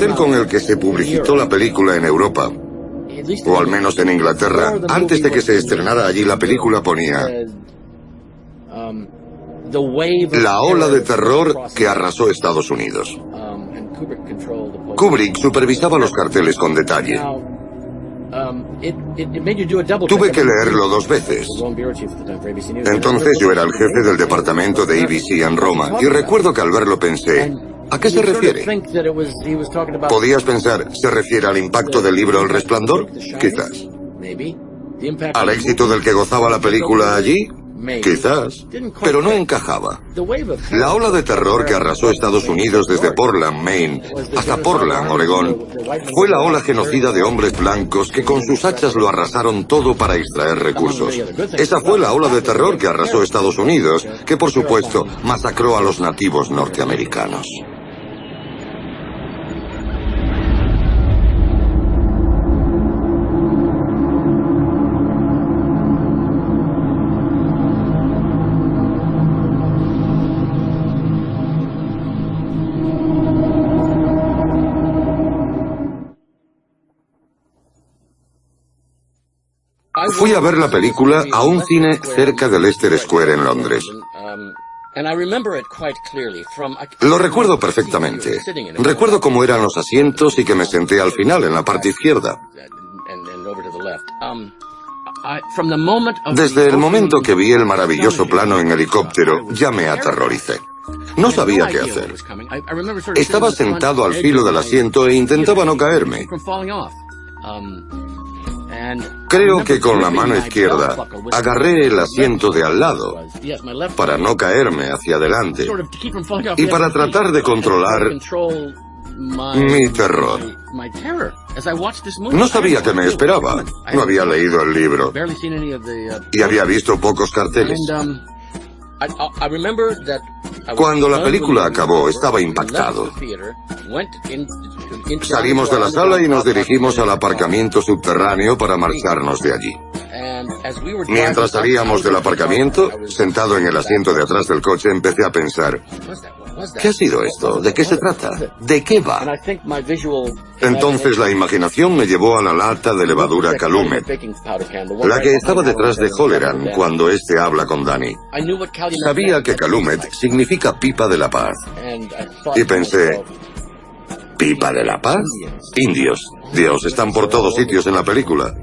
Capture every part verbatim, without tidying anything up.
cartel con el que se publicitó la película en Europa, o al menos en Inglaterra, antes de que se estrenara allí la película, ponía: la ola de terror que arrasó Estados Unidos. Kubrick supervisaba los carteles con detalle. Tuve que leerlo dos veces. Entonces yo era el jefe del departamento de A B C en Roma, y recuerdo que al verlo pensé: ¿a qué se refiere? Podías pensar, ¿se refiere al impacto del libro El Resplandor? Quizás. ¿Al éxito del que gozaba la película allí? Quizás. Pero no encajaba. La ola de terror que arrasó Estados Unidos desde Portland, Maine, hasta Portland, Oregón, fue la ola genocida de hombres blancos que con sus hachas lo arrasaron todo para extraer recursos. Esa fue la ola de terror que arrasó Estados Unidos, que por supuesto masacró a los nativos norteamericanos. Fui a ver la película a un cine cerca de Leicester Square en Londres. Lo recuerdo perfectamente. Recuerdo cómo eran los asientos y que me senté al final, en la parte izquierda. Desde el momento que vi el maravilloso plano en helicóptero, ya me aterroricé. No sabía qué hacer. Estaba sentado al filo del asiento e intentaba no caerme. Creo que con la mano izquierda agarré el asiento de al lado para no caerme hacia adelante y para tratar de controlar mi terror. No sabía qué me esperaba. No había leído el libro y había visto pocos carteles. Cuando la película acabó, estaba impactado. Salimos de la sala y nos dirigimos al aparcamiento subterráneo para marcharnos de allí. Mientras salíamos del aparcamiento, sentado en el asiento de atrás del coche, empecé a pensar: ¿qué ha sido esto? ¿De qué se trata? ¿De qué va? Entonces la imaginación me llevó a la lata de levadura Calumet, la que estaba detrás de Holleran cuando éste habla con Danny. Sabía que Calumet significa pipa de la paz. Y pensé: ¿pipa de la paz? Indios. Dios, están por todos sitios en la película.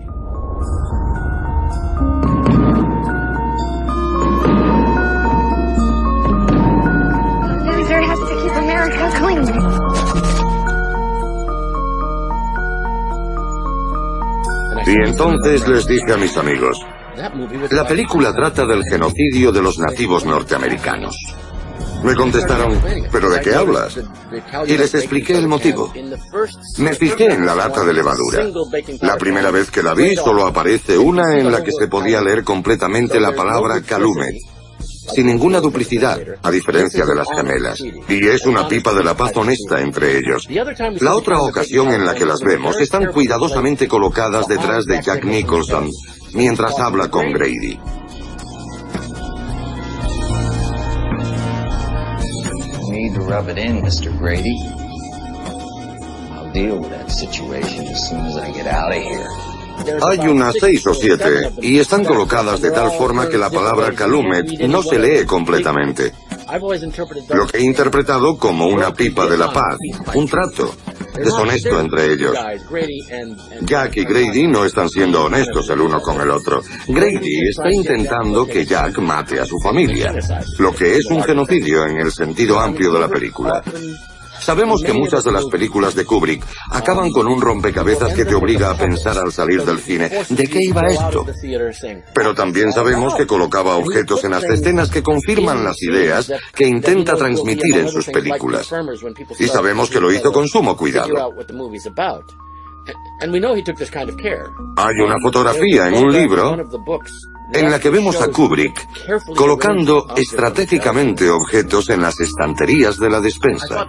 Y entonces les dije a mis amigos: la película trata del genocidio de los nativos norteamericanos. Me contestaron: ¿pero de qué hablas? Y les expliqué el motivo. Me fijé en la lata de levadura. La primera vez que la vi solo aparece una en la que se podía leer completamente la palabra Calumet, sin ninguna duplicidad, a diferencia de las gemelas. Y es una pipa de la paz honesta entre ellos. La otra ocasión en la que las vemos están cuidadosamente colocadas detrás de Jack Nicholson, mientras habla con Grady. Need to rub it in, mister Grady. I'll deal with that situation as soon as I get out of here. Hay unas seis o siete, y están colocadas de tal forma que la palabra Calumet no se lee completamente. Lo que he interpretado como una pipa de la paz, un trato deshonesto entre ellos. Jack y Grady no están siendo honestos el uno con el otro. Grady está intentando que Jack mate a su familia, lo que es un genocidio en el sentido amplio de la película. Sabemos que muchas de las películas de Kubrick acaban con un rompecabezas que te obliga a pensar al salir del cine: ¿de qué iba esto? Pero también sabemos que colocaba objetos en las escenas que confirman las ideas que intenta transmitir en sus películas. Y sabemos que lo hizo con sumo cuidado. Hay una fotografía en un libro en la que vemos a Kubrick colocando estratégicamente objetos en las estanterías de la despensa.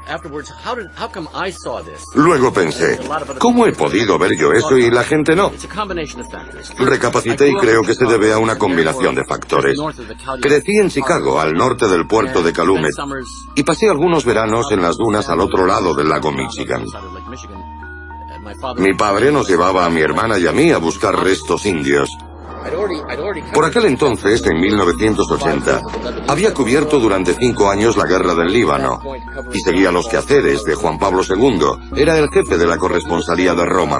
Luego pensé: ¿cómo he podido ver yo eso y la gente no? Recapacité y creo que se debe a una combinación de factores. Crecí en Chicago, al norte del puerto de Calumet, y pasé algunos veranos en las dunas al otro lado del lago Michigan. Mi padre nos llevaba a mi hermana y a mí a buscar restos indios. Por aquel entonces, en mil novecientos ochenta, había cubierto durante cinco años la guerra del Líbano y seguía los quehaceres de Juan Pablo segundo. Era el jefe de la corresponsalía de Roma.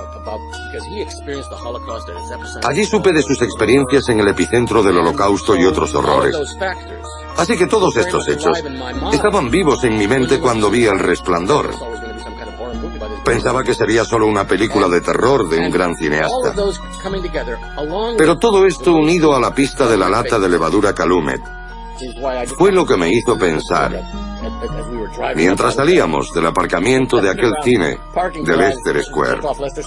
Allí supe de sus experiencias en el epicentro del Holocausto y otros horrores. Así que todos estos hechos estaban vivos en mi mente cuando vi El Resplandor. Pensaba que sería solo una película de terror de un gran cineasta. Pero todo esto unido a la pista de la lata de levadura Calumet fue lo que me hizo pensar, mientras salíamos del aparcamiento de aquel cine de Leicester Square.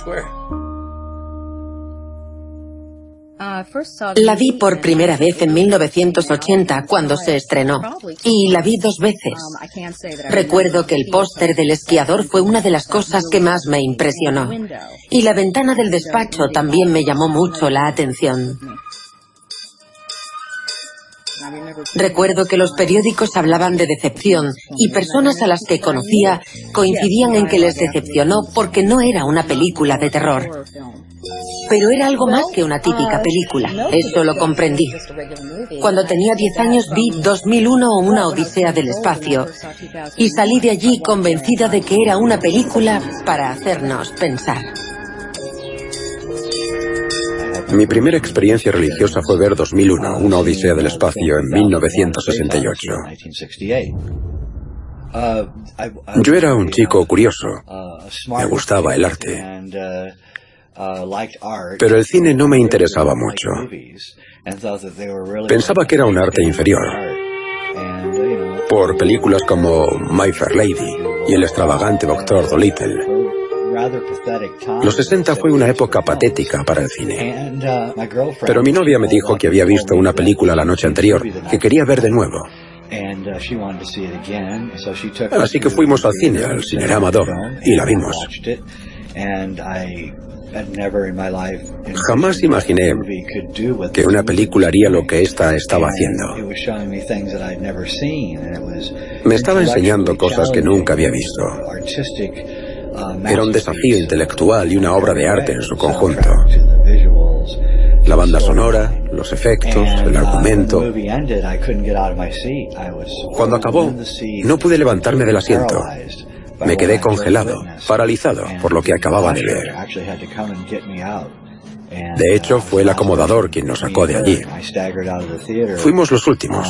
La vi por primera vez en mil novecientos ochenta, cuando se estrenó, y la vi dos veces. Recuerdo que el póster del esquiador fue una de las cosas que más me impresionó, y la ventana del despacho también me llamó mucho la atención. Recuerdo que los periódicos hablaban de decepción, y personas a las que conocía coincidían en que les decepcionó porque no era una película de terror. Pero era algo más que una típica película, eso lo comprendí. Cuando tenía diez años vi dos mil uno o Una Odisea del Espacio, y salí de allí convencida de que era una película para hacernos pensar. Mi primera experiencia religiosa fue ver dos mil uno, Una Odisea del Espacio, en mil novecientos sesenta y ocho. Yo era un chico curioso, me gustaba el arte, pero el cine no me interesaba mucho. Pensaba que era un arte inferior, por películas como My Fair Lady y El extravagante Doctor Dolittle. Los sesenta fue una época patética para el cine. Pero mi novia me dijo que había visto una película la noche anterior, que quería ver de nuevo. Así que fuimos al cine, al Cinerama dos, y la vimos. Jamás imaginé que una película haría lo que ésta estaba haciendo. Me estaba enseñando cosas que nunca había visto. Era un desafío intelectual y una obra de arte en su conjunto. La banda sonora, los efectos, el argumento. Cuando acabó, no pude levantarme del asiento. Me quedé congelado, paralizado por lo que acababa de ver. De hecho, fue el acomodador quien nos sacó de allí. Fuimos los últimos.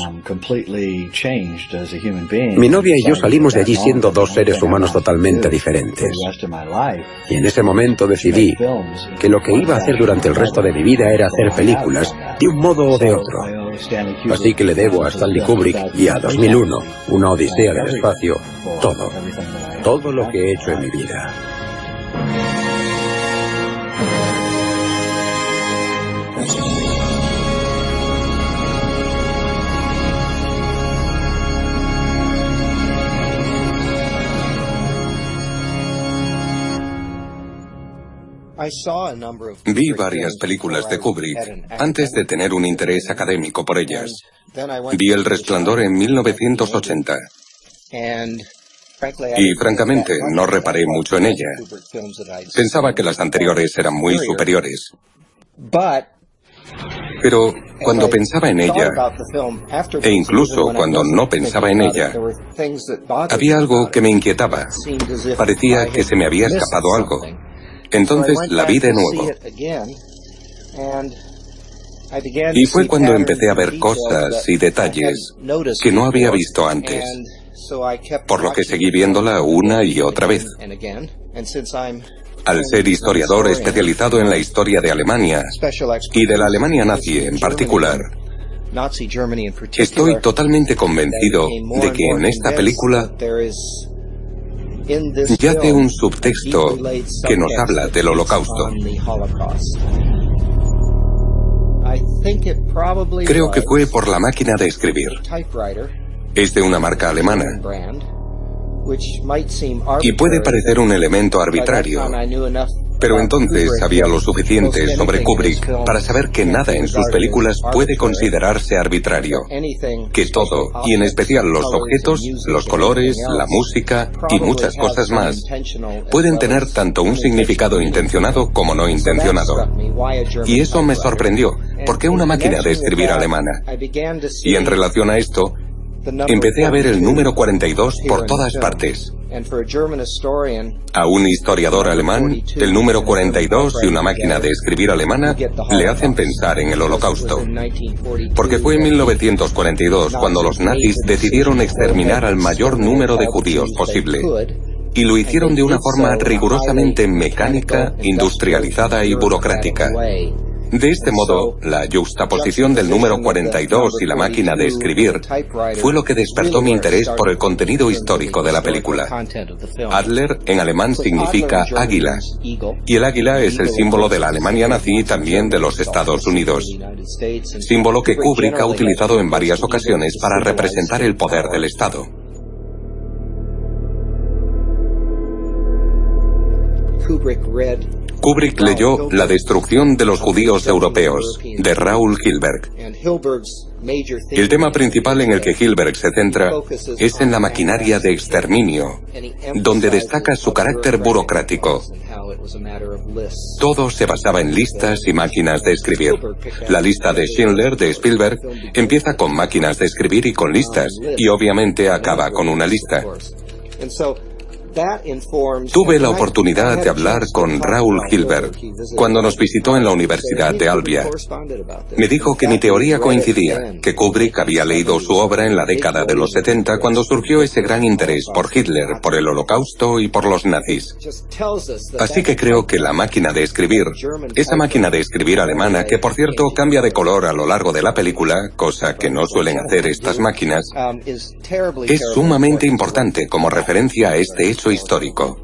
Mi novia y yo salimos de allí siendo dos seres humanos totalmente diferentes. Y en ese momento decidí que lo que iba a hacer durante el resto de mi vida era hacer películas de un modo o de otro. Así que le debo a Stanley Kubrick y a dos mil uno, Una Odisea del Espacio, todo. Todo lo que he hecho en mi vida. Vi varias películas de Kubrick antes de tener un interés académico por ellas. Vi El Resplandor en mil novecientos ochenta. Y francamente no reparé mucho en ella. Pensaba que las anteriores eran muy superiores. Pero cuando pensaba en ella, e incluso cuando no pensaba en ella, había algo que me inquietaba. Parecía que se me había escapado algo. Entonces la vi de nuevo. Y fue cuando empecé a ver cosas y detalles que no había visto antes, por lo que seguí viéndola una y otra vez. Al ser historiador especializado en la historia de Alemania, y de la Alemania nazi en particular, estoy totalmente convencido de que en esta película yace un subtexto que nos habla del Holocausto. Creo que fue por la máquina de escribir. Es de una marca alemana. Y puede parecer un elemento arbitrario, Pero entonces sabía lo suficiente sobre Kubrick para saber que nada en sus películas puede considerarse arbitrario. Que todo, y en especial los objetos, los colores, la música y muchas cosas más, pueden tener tanto un significado intencionado como no intencionado. Y eso me sorprendió. ¿Por qué una máquina de escribir alemana? Y en relación a esto, empecé a ver el número cuarenta y dos por todas partes. A un historiador alemán, el número cuarenta y dos y una máquina de escribir alemana le hacen pensar en el Holocausto. Porque fue en mil novecientos cuarenta y dos cuando los nazis decidieron exterminar al mayor número de judíos posible. Y lo hicieron de una forma rigurosamente mecánica, industrializada y burocrática. De este modo, la yuxtaposición del número cuarenta y dos y la máquina de escribir fue lo que despertó mi interés por el contenido histórico de la película. Adler en alemán significa águila, y el águila es el símbolo de la Alemania nazi y también de los Estados Unidos. Símbolo que Kubrick ha utilizado en varias ocasiones para representar el poder del Estado. Kubrick leyó La destrucción de los judíos europeos, de Raoul Hilberg. El tema principal en el que Hilberg se centra es en la maquinaria de exterminio, donde destaca su carácter burocrático. Todo se basaba en listas y máquinas de escribir. La lista de Schindler de Spielberg empieza con máquinas de escribir y con listas, y obviamente acaba con una lista. Tuve la oportunidad de hablar con Raoul Hilberg cuando nos visitó en la Universidad de Albia. Me dijo que mi teoría coincidía, que Kubrick había leído su obra en la década de los setenta cuando surgió ese gran interés por Hitler, por el Holocausto y por los nazis. Así que creo que la máquina de escribir, esa máquina de escribir alemana, que por cierto cambia de color a lo largo de la película, cosa que no suelen hacer estas máquinas, es sumamente importante como referencia a este hecho histórico.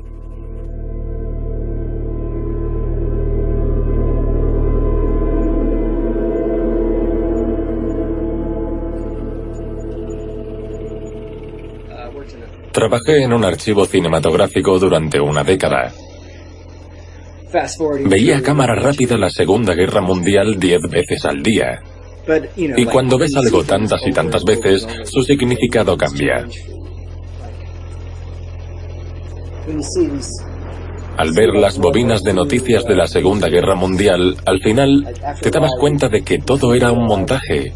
Trabajé en un archivo cinematográfico durante una década. Veía a cámara rápida la Segunda Guerra Mundial diez veces al día. Y cuando ves algo tantas y tantas veces, su significado cambia. Al ver las bobinas de noticias de la Segunda Guerra Mundial, al final te dabas cuenta de que todo era un montaje.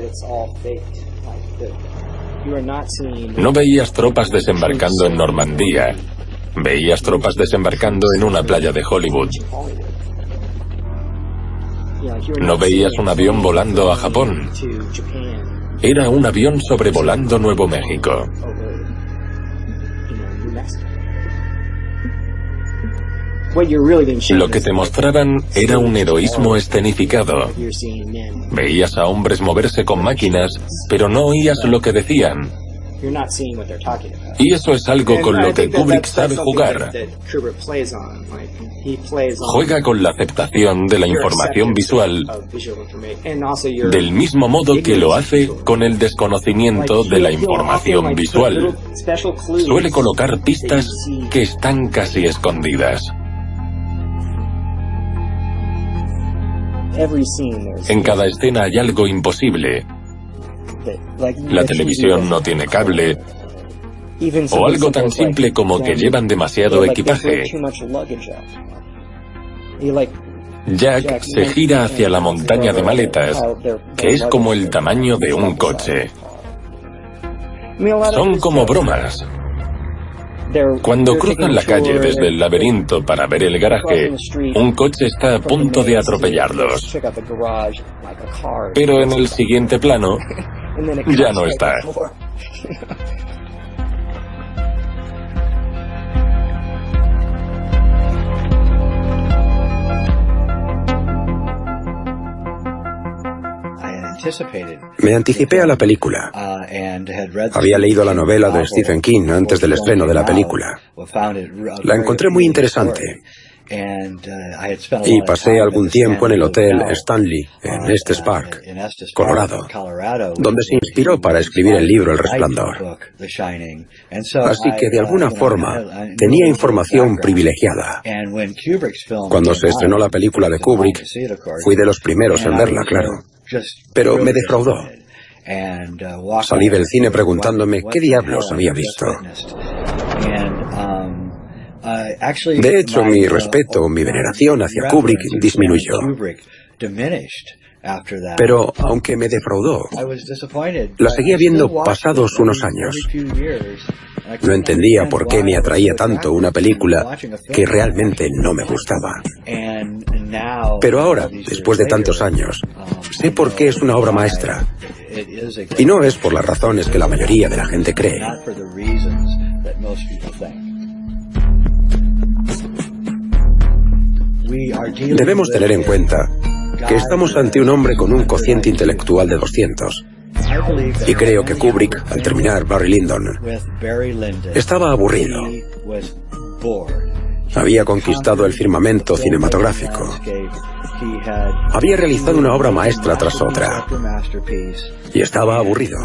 No veías tropas desembarcando en Normandía, veías tropas desembarcando en una playa de Hollywood. No veías un avión volando a Japón, era un avión sobrevolando Nuevo México. Lo que te mostraban era un heroísmo escenificado. Veías a hombres moverse con máquinas, pero no oías lo que decían. Y eso es algo con lo que Kubrick sabe jugar. Juega con la aceptación de la información visual, del mismo modo que lo hace con el desconocimiento de la información visual. Suele colocar pistas que están casi escondidas. En cada escena hay algo imposible. La televisión no tiene cable, o algo tan simple como que llevan demasiado equipaje. Jack se gira hacia la montaña de maletas, que es como el tamaño de un coche. Son como bromas. Cuando cruzan la calle desde el laberinto para ver el garaje, un coche está a punto de atropellarlos. Pero en el siguiente plano, ya no está. Me anticipé a la película. Había leído la novela de Stephen King antes del estreno de la película. La encontré muy interesante. Y pasé algún tiempo en el Hotel Stanley, en Estes Park, Colorado, donde se inspiró para escribir el libro El Resplandor. Así que, de alguna forma, tenía información privilegiada. Cuando se estrenó la película de Kubrick, fui de los primeros en verla, claro. Pero me defraudó. Salí del cine preguntándome qué diablos había visto. De hecho, mi respeto, mi veneración hacia Kubrick disminuyó. Pero, aunque me defraudó, la seguía viendo pasados unos años. No entendía por qué me atraía tanto una película que realmente no me gustaba. Pero ahora, después de tantos años, sé por qué es una obra maestra. Y no es por las razones que la mayoría de la gente cree. Debemos tener en cuenta que estamos ante un hombre con un cociente intelectual de doscientos. Y creo que Kubrick, al terminar Barry Lyndon, estaba aburrido. Había conquistado el firmamento cinematográfico. Había realizado una obra maestra tras otra. Y estaba aburrido.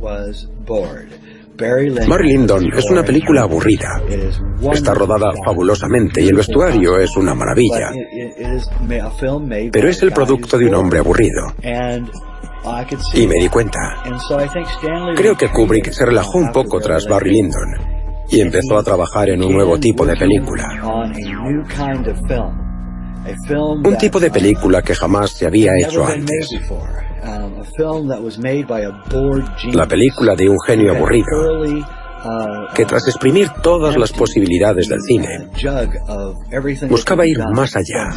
Barry Lyndon es una película aburrida. Está rodada fabulosamente y el vestuario es una maravilla. Pero es el producto de un hombre aburrido. Y me di cuenta. Creo que Kubrick se relajó un poco tras Barry Lyndon y empezó a trabajar en un nuevo tipo de película. Un tipo de película que jamás se había hecho antes. La película de un genio aburrido que, tras exprimir todas las posibilidades del cine, buscaba ir más allá.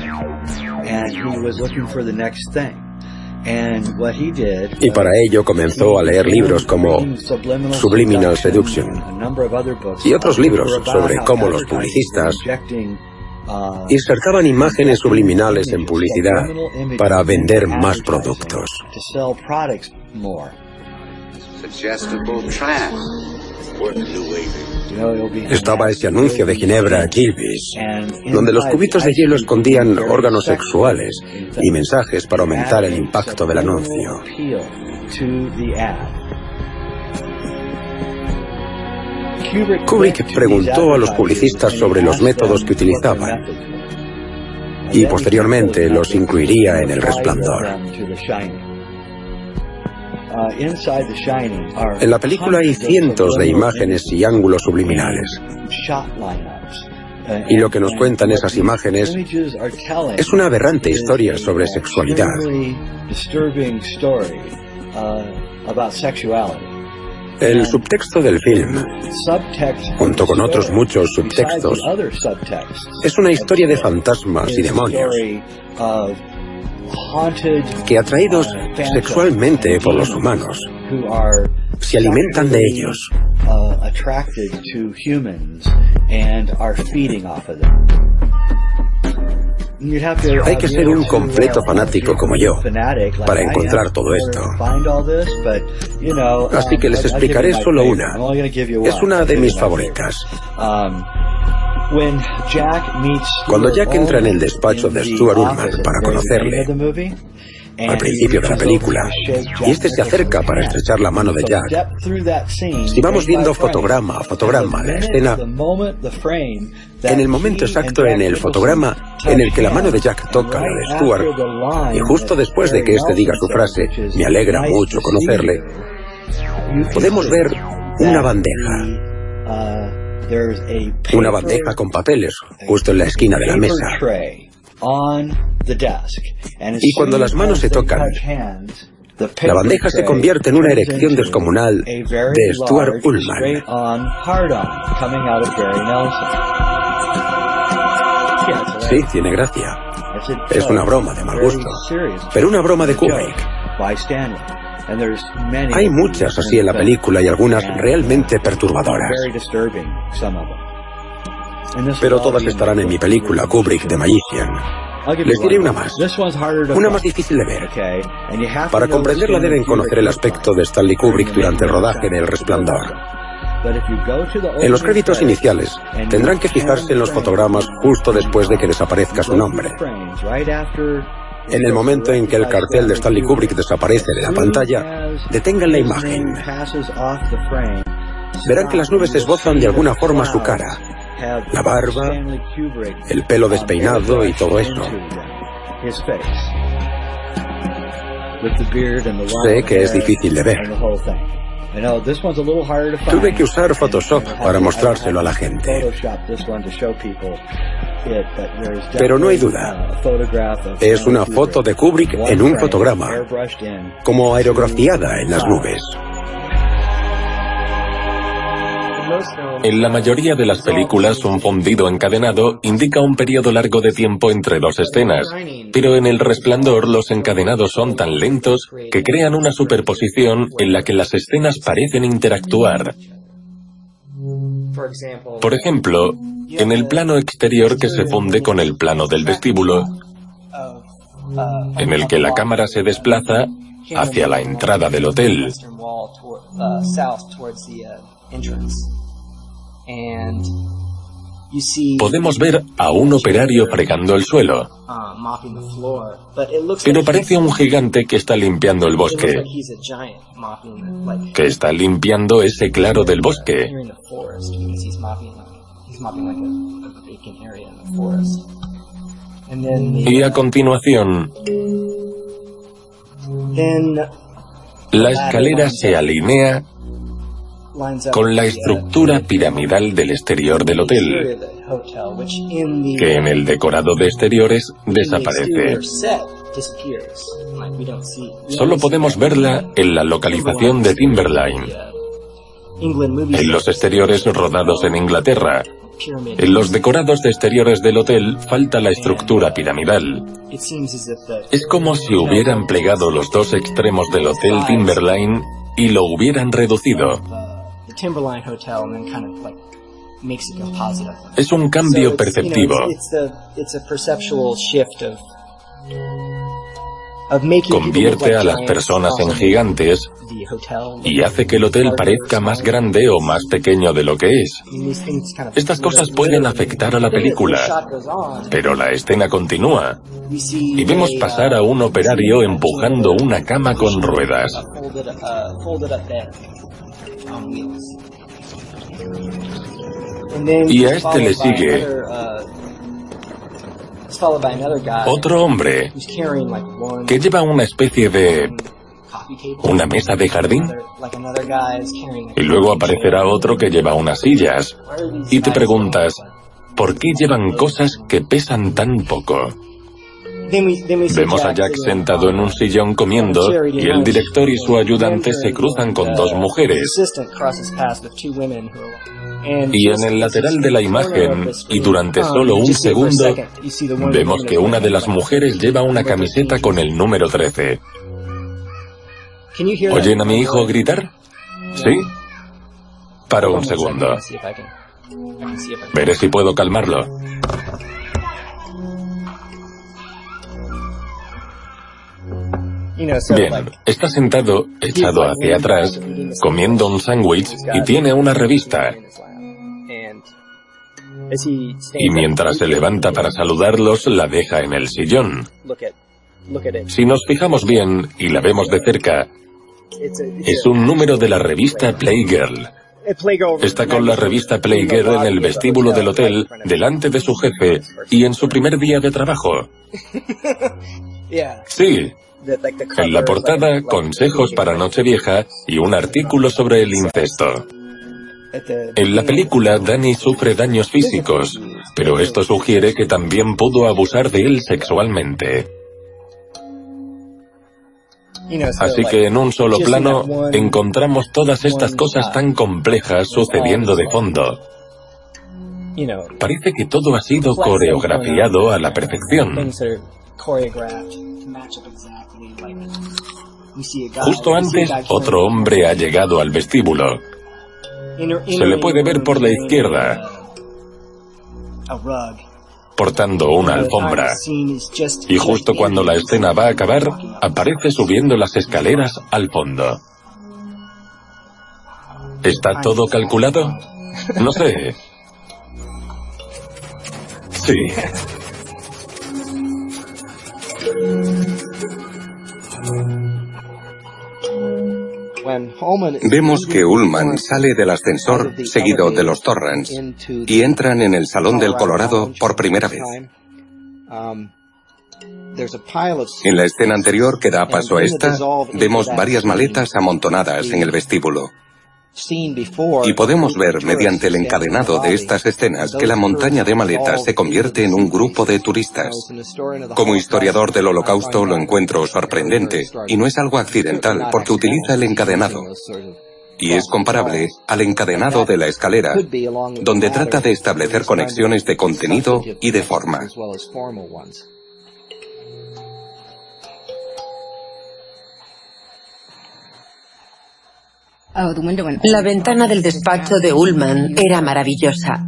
Y para ello comenzó a leer libros como Subliminal Seduction y otros libros sobre cómo los publicistas insertaban imágenes subliminales en publicidad para vender más productos. Estaba ese anuncio de Ginebra Gilbey's, donde los cubitos de hielo escondían órganos sexuales y mensajes para aumentar el impacto del anuncio. Kubrick preguntó a los publicistas sobre los métodos que utilizaban y posteriormente los incluiría en El Resplandor. En la película hay cientos de imágenes y ángulos subliminales. Y lo que nos cuentan esas imágenes es una aberrante historia sobre sexualidad. El subtexto del film, junto con otros muchos subtextos, es una historia de fantasmas y demonios que, atraídos sexualmente por los humanos, se alimentan de ellos. Hay que ser un completo fanático como yo para encontrar todo esto. Así que les explicaré solo una. Es una de mis favoritas. Cuando Jack entra en el despacho de Stuart Ullman para conocerle, al principio de la película, y este se acerca para estrechar la mano de Jack, si vamos viendo fotograma a fotograma la escena, en el momento exacto en el fotograma en el que la mano de Jack toca la de Stuart, y justo después de que éste diga su frase, me alegra mucho conocerle, podemos ver una bandeja. Una bandeja con papeles justo en la esquina de la mesa. Y cuando las manos se tocan, la bandeja se convierte en una erección descomunal de Stuart Ullman. Sí, tiene gracia. Es una broma de mal gusto, pero una broma de Kubrick. Hay muchas así en la película y algunas realmente perturbadoras. Pero todas estarán en mi película Kubrick The Magician. Les diré una más, una más difícil de ver. Para comprenderla deben conocer el aspecto de Stanley Kubrick durante el rodaje de El Resplandor. En los créditos iniciales, tendrán que fijarse en los fotogramas justo después de que desaparezca su nombre. En el momento en que el cartel de Stanley Kubrick desaparece de la pantalla, detengan la imagen. Verán que las nubes esbozan de alguna forma su cara, la barba, el pelo despeinado y todo eso. Sé que es difícil de ver. Tuve que usar Photoshop para mostrárselo a la gente. Pero no hay duda, es una foto de Kubrick en un fotograma, como aerografiada en las nubes. En la mayoría de las películas, un fundido encadenado indica un periodo largo de tiempo entre dos escenas, pero en El Resplandor los encadenados son tan lentos que crean una superposición en la que las escenas parecen interactuar. Por ejemplo, en el plano exterior que se funde con el plano del vestíbulo, en el que la cámara se desplaza hacia la entrada del hotel. Podemos ver a un operario fregando el suelo, pero parece un gigante que está limpiando el bosque, que está limpiando ese claro del bosque. Y a continuación, la escalera se alinea con la estructura piramidal del exterior del hotel, que en el decorado de exteriores desaparece. Solo podemos verla en la localización de Timberline, en los exteriores rodados en Inglaterra. En los decorados de exteriores del hotel falta la estructura piramidal. Es como si hubieran plegado los dos extremos del hotel Timberline y lo hubieran reducido. Es un cambio perceptivo. Convierte a las personas en gigantes y hace que el hotel parezca más grande o más pequeño de lo que es. Estas cosas pueden afectar a la película, pero la escena continúa y vemos pasar a un operario empujando una cama con ruedas. Y a este le sigue otro hombre que lleva una especie de... una mesa de jardín. Y luego aparecerá otro que lleva unas sillas. Y te preguntas, ¿por qué llevan cosas que pesan tan poco? Vemos a Jack sentado en un sillón comiendo y el director y su ayudante se cruzan con dos mujeres. Y en el lateral de la imagen, y durante solo un segundo, vemos que una de las mujeres lleva una camiseta con el número trece. ¿Oyen a mi hijo gritar? ¿Sí? Paro un segundo. Veré si puedo calmarlo. Bien, está sentado, echado hacia atrás, comiendo un sándwich y tiene una revista. Y mientras se levanta para saludarlos, la deja en el sillón. Si nos fijamos bien y la vemos de cerca, es un número de la revista Playgirl. Está con la revista Playgirl en el vestíbulo del hotel, delante de su jefe y en su primer día de trabajo. Sí. En la portada, consejos para Nochevieja y un artículo sobre el incesto. En la película, Danny sufre daños físicos, pero esto sugiere que también pudo abusar de él sexualmente. Así que en un solo plano encontramos todas estas cosas tan complejas sucediendo de fondo. Parece que todo ha sido coreografiado a la perfección. Justo antes, otro hombre ha llegado al vestíbulo. Se le puede ver por la izquierda, portando una alfombra. Y justo cuando la escena va a acabar, aparece subiendo las escaleras al fondo. ¿Está todo calculado? No sé. Sí. Vemos que Ullman sale del ascensor seguido de los Torrance y entran en el Salón del Colorado por primera vez. En la escena anterior que da paso a esta, vemos varias maletas amontonadas en el vestíbulo. Y podemos ver mediante el encadenado de estas escenas que la montaña de maletas se convierte en un grupo de turistas. Como historiador del Holocausto lo encuentro sorprendente, y no es algo accidental porque utiliza el encadenado. Y es comparable al encadenado de la escalera, donde trata de establecer conexiones de contenido y de forma. La ventana del despacho de Ullman era maravillosa.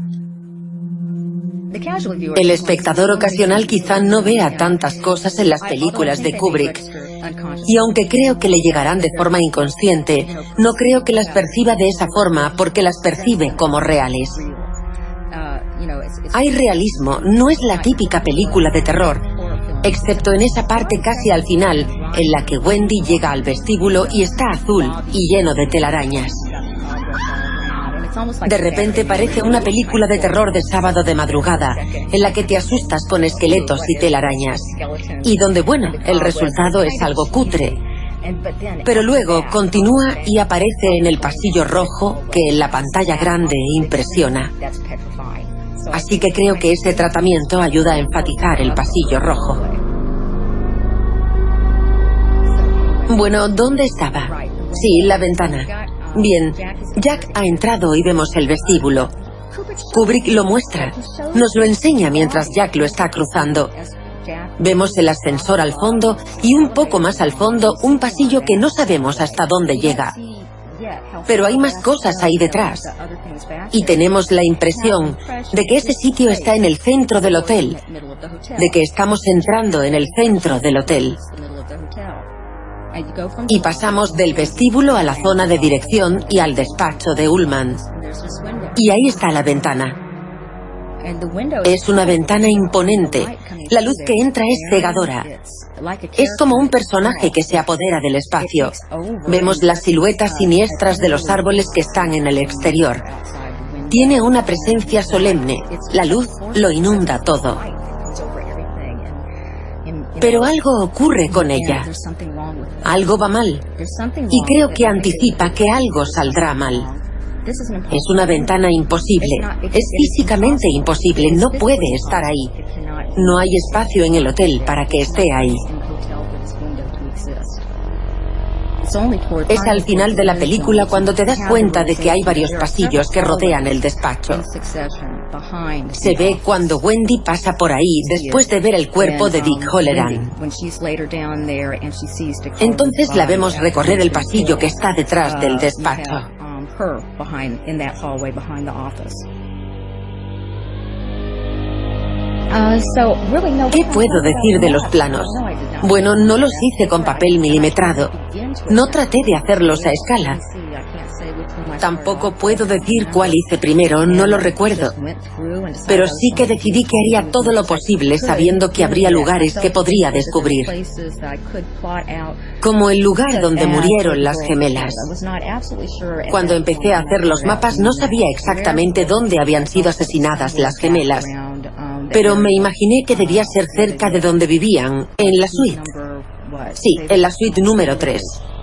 El espectador ocasional quizá no vea tantas cosas en las películas de Kubrick, y aunque creo que le llegarán de forma inconsciente, no creo que las perciba de esa forma porque las percibe como reales. Hay realismo, no es la típica película de terror, excepto en esa parte casi al final, en la que Wendy llega al vestíbulo y está azul y lleno de telarañas. De repente parece una película de terror de sábado de madrugada, en la que te asustas con esqueletos y telarañas, y donde, bueno, el resultado es algo cutre. Pero luego continúa y aparece en el pasillo rojo que en la pantalla grande impresiona. Así que creo que ese tratamiento ayuda a enfatizar el pasillo rojo. Bueno, ¿dónde estaba? Sí, la ventana. Bien, Jack ha entrado y vemos el vestíbulo. Kubrick lo muestra. Nos lo enseña mientras Jack lo está cruzando. Vemos el ascensor al fondo y un poco más al fondo un pasillo que no sabemos hasta dónde llega. Pero hay más cosas ahí detrás. Y tenemos la impresión de que ese sitio está en el centro del hotel, de que estamos entrando en el centro del hotel. Y pasamos del vestíbulo a la zona de dirección y al despacho de Ullman. Y ahí está la ventana. Es una ventana imponente. La luz que entra es cegadora. Es como un personaje que se apodera del espacio. Vemos las siluetas siniestras de los árboles que están en el exterior. Tiene una presencia solemne. La luz lo inunda todo. Pero algo ocurre con ella. Algo va mal. Y creo que anticipa que algo saldrá mal. Es una ventana imposible. Es físicamente imposible. No puede estar ahí. No hay espacio en el hotel para que esté ahí. Es al final de la película cuando te das cuenta de que hay varios pasillos que rodean el despacho. Se ve cuando Wendy pasa por ahí después de ver el cuerpo de Dick Hallorann. Entonces la vemos recorrer el pasillo que está detrás del despacho. ¿Qué puedo decir de los planos? Bueno, no los hice con papel milimetrado. No traté de hacerlos a escala. Tampoco puedo decir cuál hice primero, no lo recuerdo. Pero sí que decidí que haría todo lo posible sabiendo que habría lugares que podría descubrir. Como el lugar donde murieron las gemelas. Cuando empecé a hacer los mapas no sabía exactamente dónde habían sido asesinadas las gemelas. Pero me imaginé que debía ser cerca de donde vivían, en la suite. Sí, en la suite número tres.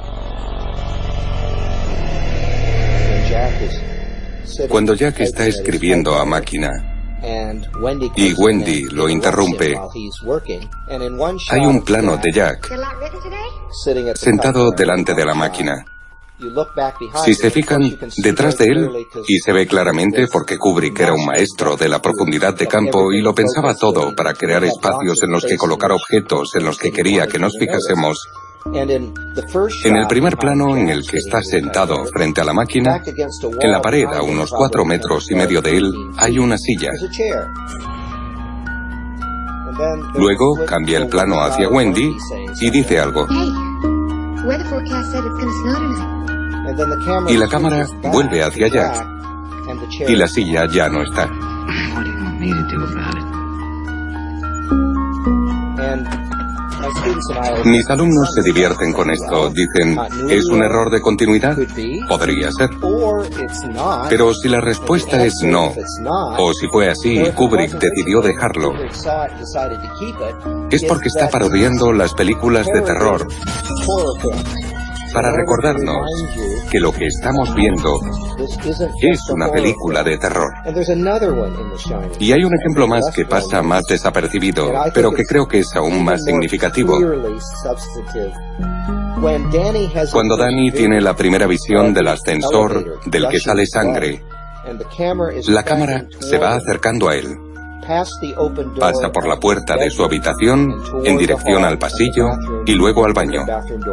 Cuando Jack está escribiendo a máquina y Wendy lo interrumpe, hay un plano de Jack sentado delante de la máquina. Si se fijan, detrás de él, y se ve claramente porque Kubrick era un maestro de la profundidad de campo y lo pensaba todo para crear espacios en los que colocar objetos en los que quería que nos fijásemos. En el primer plano en el que está sentado frente a la máquina, en la pared a unos cuatro metros y medio de él, hay una silla. Luego cambia el plano hacia Wendy y dice algo. Y la cámara vuelve hacia Jack. Y la silla ya no está. Mis alumnos se divierten con esto. Dicen, ¿es un error de continuidad? Podría ser. Pero si la respuesta es no, o si fue así y Kubrick decidió dejarlo, es porque está parodiando las películas de terror para recordarnos que lo que estamos viendo es una película de terror. Y hay un ejemplo más que pasa más desapercibido, pero que creo que es aún más significativo. Cuando Danny tiene la primera visión del ascensor del que sale sangre, la cámara se va acercando a él. Pasa por la puerta de su habitación en dirección al pasillo y luego al baño.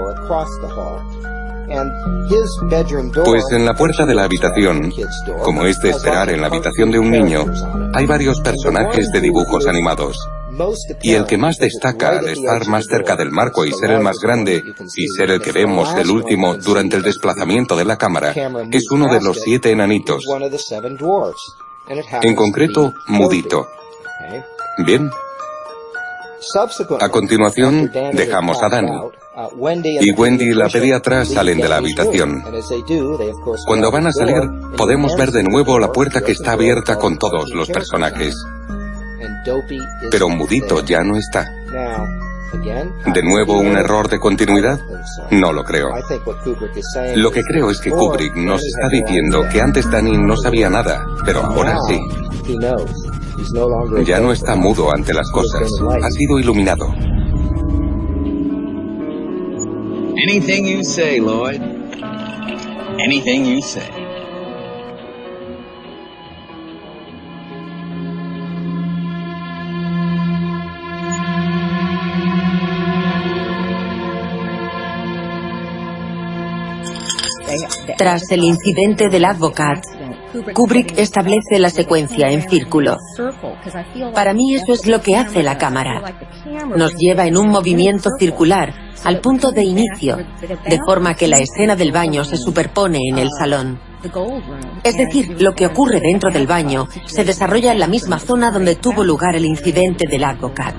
Pues en la puerta de la habitación, como es de esperar en la habitación de un niño, hay varios personajes de dibujos animados. Y el que más destaca al estar más cerca del marco y ser el más grande, y ser el que vemos el último durante el desplazamiento de la cámara, es uno de los siete enanitos. En concreto, mudito. Bien. A continuación, dejamos a Danny. Y Wendy y la pediatra salen de la habitación. Cuando van a salir, podemos ver de nuevo la puerta que está abierta con todos los personajes. Pero Mudito ya no está. ¿De nuevo un error de continuidad? No lo creo. Lo que creo es que Kubrick nos está diciendo que antes Danny no sabía nada, pero ahora sí. Ya no está mudo ante las cosas. Ha sido iluminado. Anything you say, Lloyd. Anything you say. Tras el incidente del Advocat, Kubrick establece la secuencia en círculo. Para mí eso es lo que hace la cámara. Nos lleva en un movimiento circular al punto de inicio, de forma que la escena del baño se superpone en el salón. Es decir, lo que ocurre dentro del baño se desarrolla en la misma zona donde tuvo lugar el incidente del Advocat.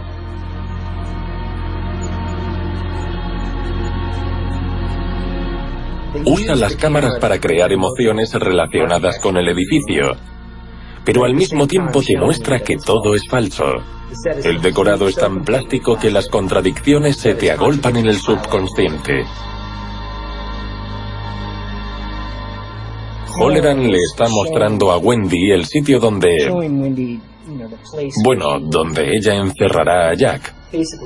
Usa las cámaras para crear emociones relacionadas con el edificio, pero al mismo tiempo te muestra que todo es falso. El decorado es tan plástico que las contradicciones se te agolpan en el subconsciente. Holleran le está mostrando a Wendy el sitio donde... Bueno, donde ella encerrará a Jack.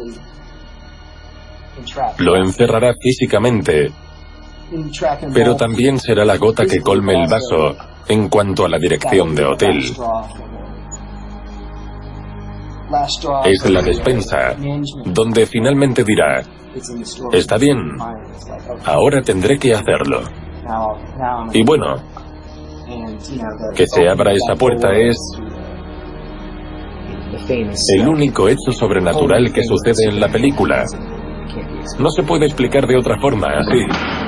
Lo encerrará físicamente, pero también será la gota que colme el vaso en cuanto a la dirección de hotel. Es la despensa, donde finalmente dirá, está bien, ahora tendré que hacerlo. Y bueno, que se abra esa puerta es el único hecho sobrenatural que sucede en la película. No se puede explicar de otra forma, así.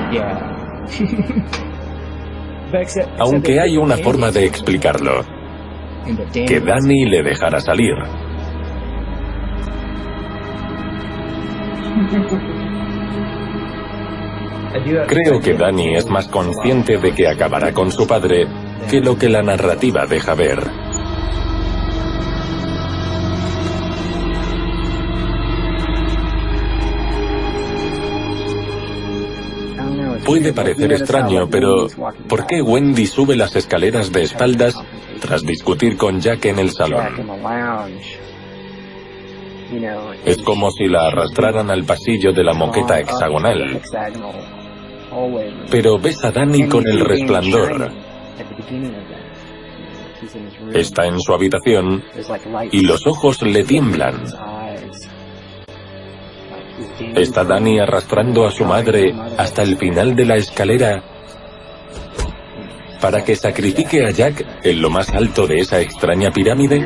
Aunque hay una forma de explicarlo. Que Danny le dejara salir. Creo que Danny es más consciente de que acabará con su padre que lo que la narrativa deja ver. Puede parecer extraño, pero ¿por qué Wendy sube las escaleras de espaldas tras discutir con Jack en el salón? Es como si la arrastraran al pasillo de la moqueta hexagonal. Pero ves a Danny con el resplandor. Está en su habitación y los ojos le tiemblan. ¿Está Danny arrastrando a su madre hasta el final de la escalera para que sacrifique a Jack en lo más alto de esa extraña pirámide?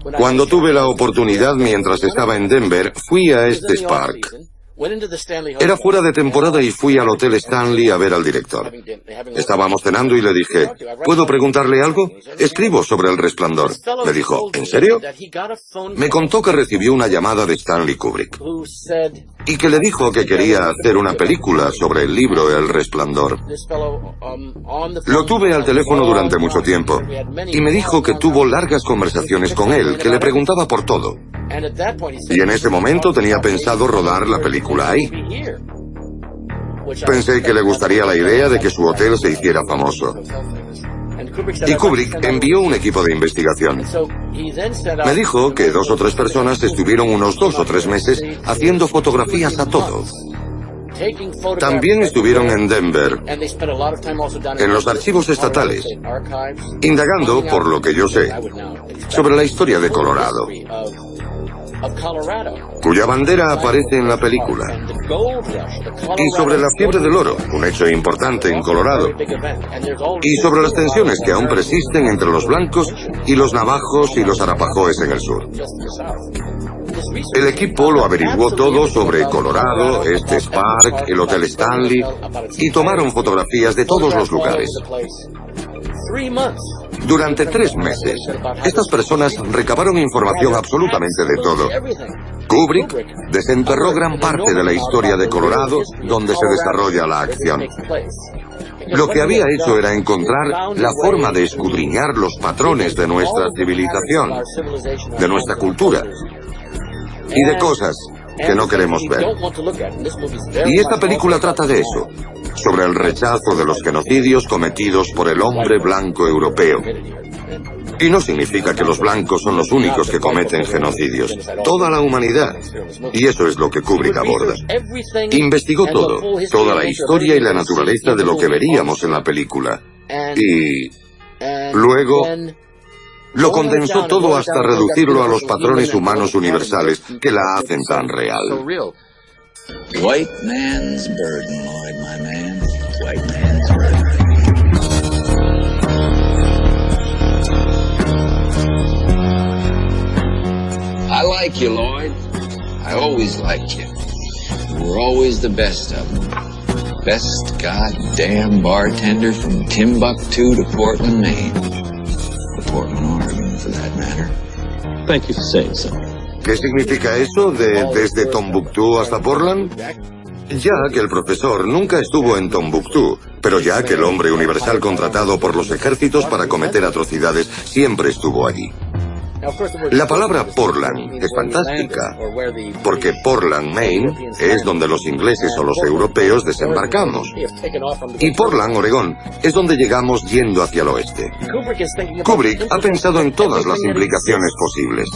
Cuando tuve la oportunidad mientras estaba en Denver, fui a este Spark. Era fuera de temporada y fui al Hotel Stanley a ver al director. Estábamos cenando y le dije, ¿puedo preguntarle algo? Escribo sobre El Resplandor. Me dijo, ¿en serio? Me contó que recibió una llamada de Stanley Kubrick y que le dijo que quería hacer una película sobre el libro El Resplandor. Lo tuve al teléfono durante mucho tiempo y me dijo que tuvo largas conversaciones con él, que le preguntaba por todo. Y en ese momento tenía pensado rodar la película ahí. Pensé que le gustaría la idea de que su hotel se hiciera famoso. Y Kubrick envió un equipo de investigación. Me dijo que dos o tres personas estuvieron unos dos o tres meses haciendo fotografías a todo. También estuvieron en Denver, en los archivos estatales, indagando, por lo que yo sé, sobre la historia de Colorado, cuya bandera aparece en la película, y sobre la fiebre del oro, un hecho importante en Colorado, y sobre las tensiones que aún persisten entre los blancos y los navajos y los arapahoes en el sur. El equipo lo averiguó todo sobre Colorado, este Spark, el Hotel Stanley, y tomaron fotografías de todos los lugares. Durante tres meses, estas personas recabaron información absolutamente de todo. Kubrick desenterró gran parte de la historia de Colorado, donde se desarrolla la acción. Lo que había hecho era encontrar la forma de escudriñar los patrones de nuestra civilización, de nuestra cultura, y de cosas que no queremos ver. Y esta película trata de eso, sobre el rechazo de los genocidios cometidos por el hombre blanco europeo. Y no significa que los blancos son los únicos que cometen genocidios, toda la humanidad. Y eso es lo que Kubrick aborda. Investigó todo, toda la historia y la naturaleza de lo que veríamos en la película. Y luego lo condensó todo hasta reducirlo a los patrones humanos universales que la hacen tan real. White man's burden, Lloyd, my man. White man's burden. I like you, Lloyd. I always liked you. You were always the best of them. Best goddamn bartender from Timbuktu to Portland, Maine. Portland, Oregon, for that matter. Thank you for saying so. ¿Qué significa eso de desde Tombuctú hasta Portland? Ya que el profesor nunca estuvo en Tombuctú, pero ya que el hombre universal contratado por los ejércitos para cometer atrocidades siempre estuvo allí. La palabra Portland es fantástica, porque Portland, Maine, es donde los ingleses o los europeos desembarcamos. Y Portland, Oregón, es donde llegamos yendo hacia el oeste. Kubrick ha pensado en todas las implicaciones posibles.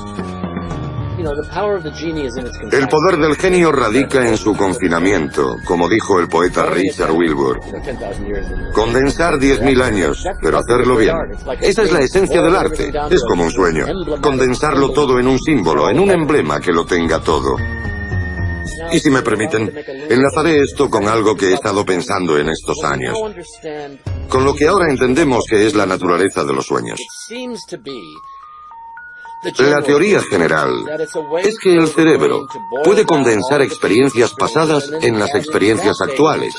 El poder del genio radica en su confinamiento, como dijo el poeta Richard Wilbur. Condensar diez mil años, pero hacerlo bien. Esa es la esencia del arte. Es como un sueño. Condensarlo todo en un símbolo, en un emblema que lo tenga todo. Y si me permiten, enlazaré esto con algo que he estado pensando en estos años, con lo que ahora entendemos que es la naturaleza de los sueños. La teoría general es que el cerebro puede condensar experiencias pasadas en las experiencias actuales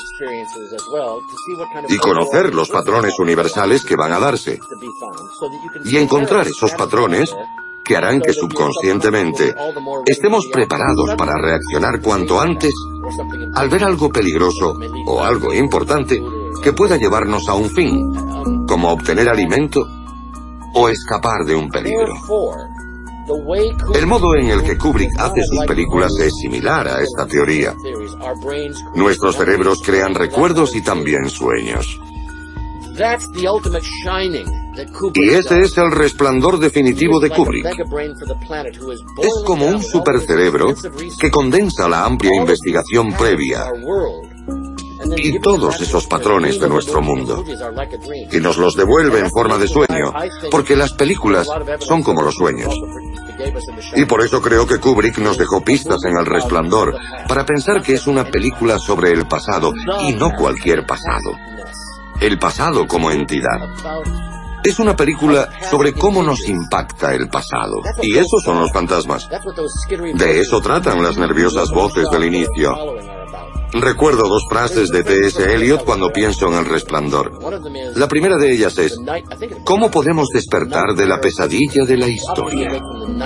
y conocer los patrones universales que van a darse y encontrar esos patrones que harán que subconscientemente estemos preparados para reaccionar cuanto antes al ver algo peligroso o algo importante que pueda llevarnos a un fin, como obtener alimento o escapar de un peligro. El modo en el que Kubrick hace sus películas es similar a esta teoría. Nuestros cerebros crean recuerdos y también sueños. Y ese es el resplandor definitivo de Kubrick. Es como un supercerebro que condensa la amplia investigación previa y todos esos patrones de nuestro mundo, y nos los devuelve en forma de sueño, porque las películas son como los sueños. Y por eso creo que Kubrick nos dejó pistas en El Resplandor, para pensar que es una película sobre el pasado, y no cualquier pasado. El pasado como entidad. Es una película sobre cómo nos impacta el pasado. Y esos son los fantasmas. De eso tratan las nerviosas voces del inicio. Recuerdo dos frases de T S Eliot cuando pienso en El Resplandor. La primera de ellas es: ¿cómo podemos despertar de la pesadilla de la historia?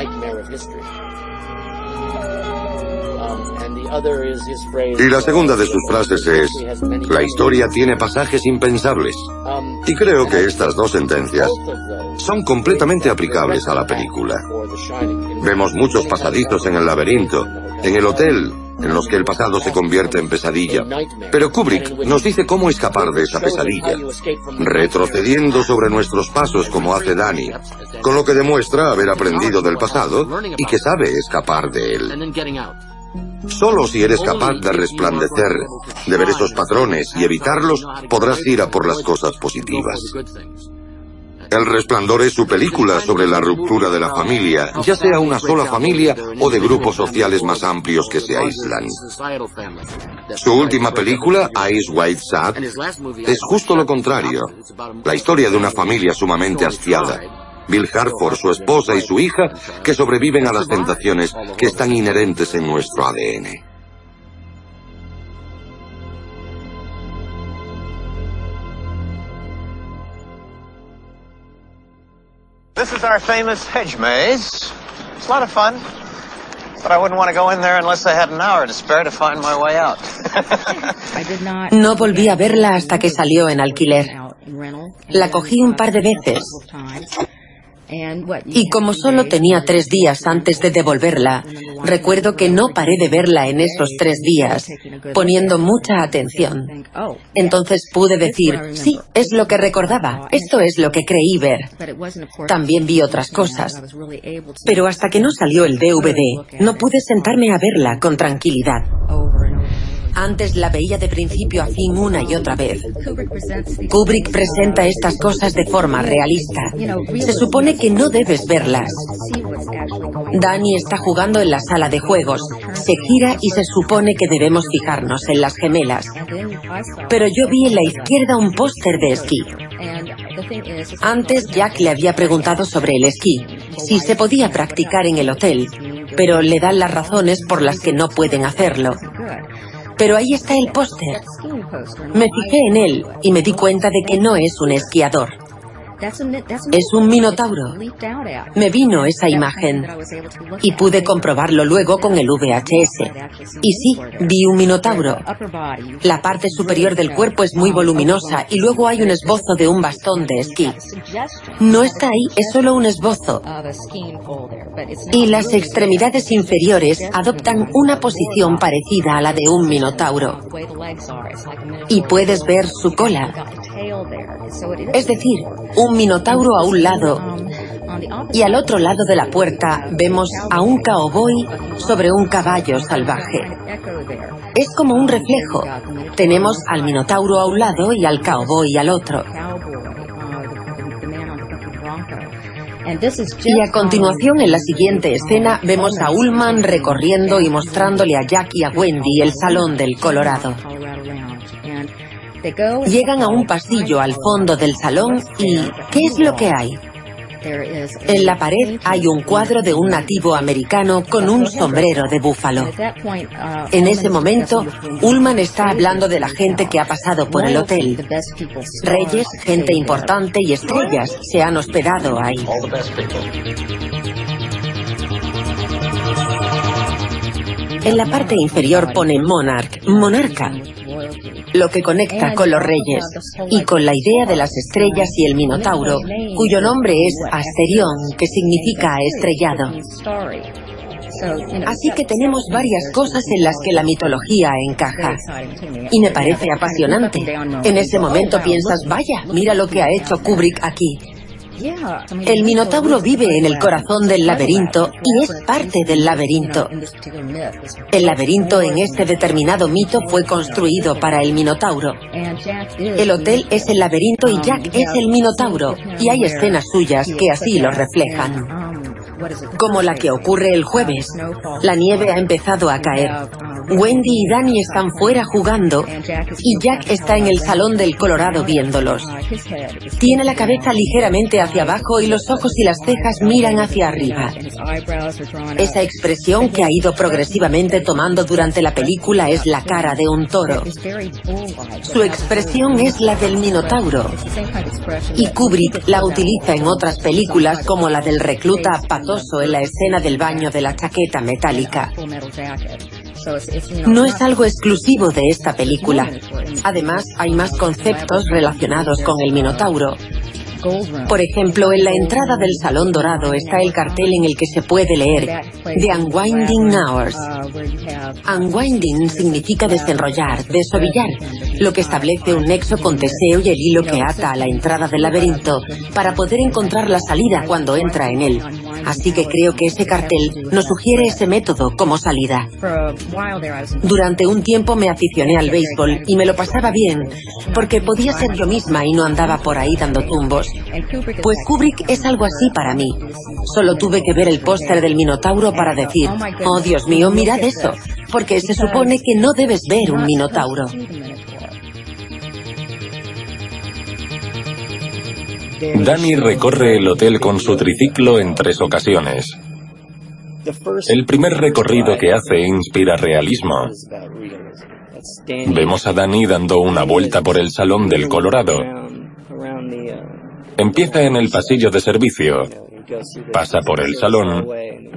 Y la segunda de sus frases es: la historia tiene pasajes impensables. Y creo que estas dos sentencias son completamente aplicables a la película. Vemos muchos pasadizos en el laberinto, en el hotel, en los que el pasado se convierte en pesadilla. Pero Kubrick nos dice cómo escapar de esa pesadilla, retrocediendo sobre nuestros pasos como hace Danny, con lo que demuestra haber aprendido del pasado y que sabe escapar de él. Solo si eres capaz de resplandecer, de ver esos patrones y evitarlos, podrás ir a por las cosas positivas. El Resplandor es su película sobre la ruptura de la familia, ya sea una sola familia o de grupos sociales más amplios que se aíslan. Su última película, Eyes Wide Shut, es justo lo contrario. La historia de una familia sumamente hastiada. Bill Harford, su esposa y su hija, que sobreviven a las tentaciones que están inherentes en nuestro A D N. This is our famous hedge maze. It's a lot of fun, but I wouldn't want to go in there unless I had an hour to spare to find my way out. No volví a verla hasta que salió en alquiler. La cogí un par de veces. Y como solo tenía tres días antes de devolverla, recuerdo que no paré de verla en esos tres días, poniendo mucha atención. Entonces pude decir, sí, es lo que recordaba, esto es lo que creí ver. También vi otras cosas, pero hasta que no salió el D V D, no pude sentarme a verla con tranquilidad. Antes la veía de principio a fin una y otra vez. Kubrick presenta estas cosas de forma realista. Se supone que no debes verlas. Danny está jugando en la sala de juegos. Se gira y se supone que debemos fijarnos en las gemelas. Pero yo vi en la izquierda un póster de esquí. Antes Jack le había preguntado sobre el esquí, si se podía practicar en el hotel, pero le dan las razones por las que no pueden hacerlo. Pero ahí está el póster. Me fijé en él y me di cuenta de que no es un esquiador. Es un minotauro. Me vino esa imagen y pude comprobarlo luego con el V H S. Y sí, vi un minotauro. La parte superior del cuerpo es muy voluminosa y luego hay un esbozo de un bastón de esquí. No está ahí, es solo un esbozo. Y las extremidades inferiores adoptan una posición parecida a la de un minotauro. Y puedes ver su cola. Es decir, un minotauro a un lado y al otro lado de la puerta vemos a un cowboy sobre un caballo salvaje. Es como un reflejo. Tenemos al minotauro a un lado y al cowboy al otro. Y a continuación, en la siguiente escena, vemos a Ullman recorriendo y mostrándole a Jack y a Wendy el Salón del Colorado. Llegan a un pasillo al fondo del salón y ¿qué es lo que hay? En la pared hay un cuadro de un nativo americano con un sombrero de búfalo. En ese momento, Ullman está hablando de la gente que ha pasado por el hotel. Reyes, gente importante y estrellas se han hospedado ahí. En la parte inferior pone Monarch, monarca, lo que conecta con los reyes y con la idea de las estrellas y el minotauro, cuyo nombre es Asterión, que significa estrellado. Así que tenemos varias cosas en las que la mitología encaja. Y me parece apasionante. En ese momento piensas, vaya, mira lo que ha hecho Kubrick aquí. El minotauro vive en el corazón del laberinto y es parte del laberinto. El laberinto en este determinado mito fue construido para el minotauro. El hotel es el laberinto y Jack es el minotauro, y hay escenas suyas que así lo reflejan. como la que ocurre el jueves. La nieve ha empezado a caer. Wendy y Danny están fuera jugando y Jack está en el salón del Colorado viéndolos. Tiene la cabeza ligeramente hacia abajo y los ojos y las cejas miran hacia arriba. Esa expresión que ha ido progresivamente tomando durante la película es la cara de un toro. Su expresión es la del Minotauro. Y Kubrick la utiliza en otras películas como la del recluta patoso en la escena del baño de la chaqueta metálica. No es algo exclusivo de esta película. Además, hay más conceptos relacionados con el Minotauro. Por ejemplo, en la entrada del Salón Dorado está el cartel en el que se puede leer The Unwinding Hours. Unwinding significa desenrollar, desovillar, lo que establece un nexo con Teseo y el hilo que ata a la entrada del laberinto para poder encontrar la salida cuando entra en él. Así que creo que ese cartel nos sugiere ese método como salida. Durante un tiempo me aficioné al béisbol y me lo pasaba bien, porque podía ser yo misma y no andaba por ahí dando tumbos. Pues Kubrick es algo así para mí. Solo tuve que ver el póster del Minotauro para decir, oh Dios mío, mirad eso, porque se supone que no debes ver un Minotauro. Danny recorre el hotel con su triciclo en tres ocasiones. El primer recorrido que hace inspira realismo. Vemos a Danny dando una vuelta por el Salón del Colorado. Empieza en el pasillo de servicio, pasa por el salón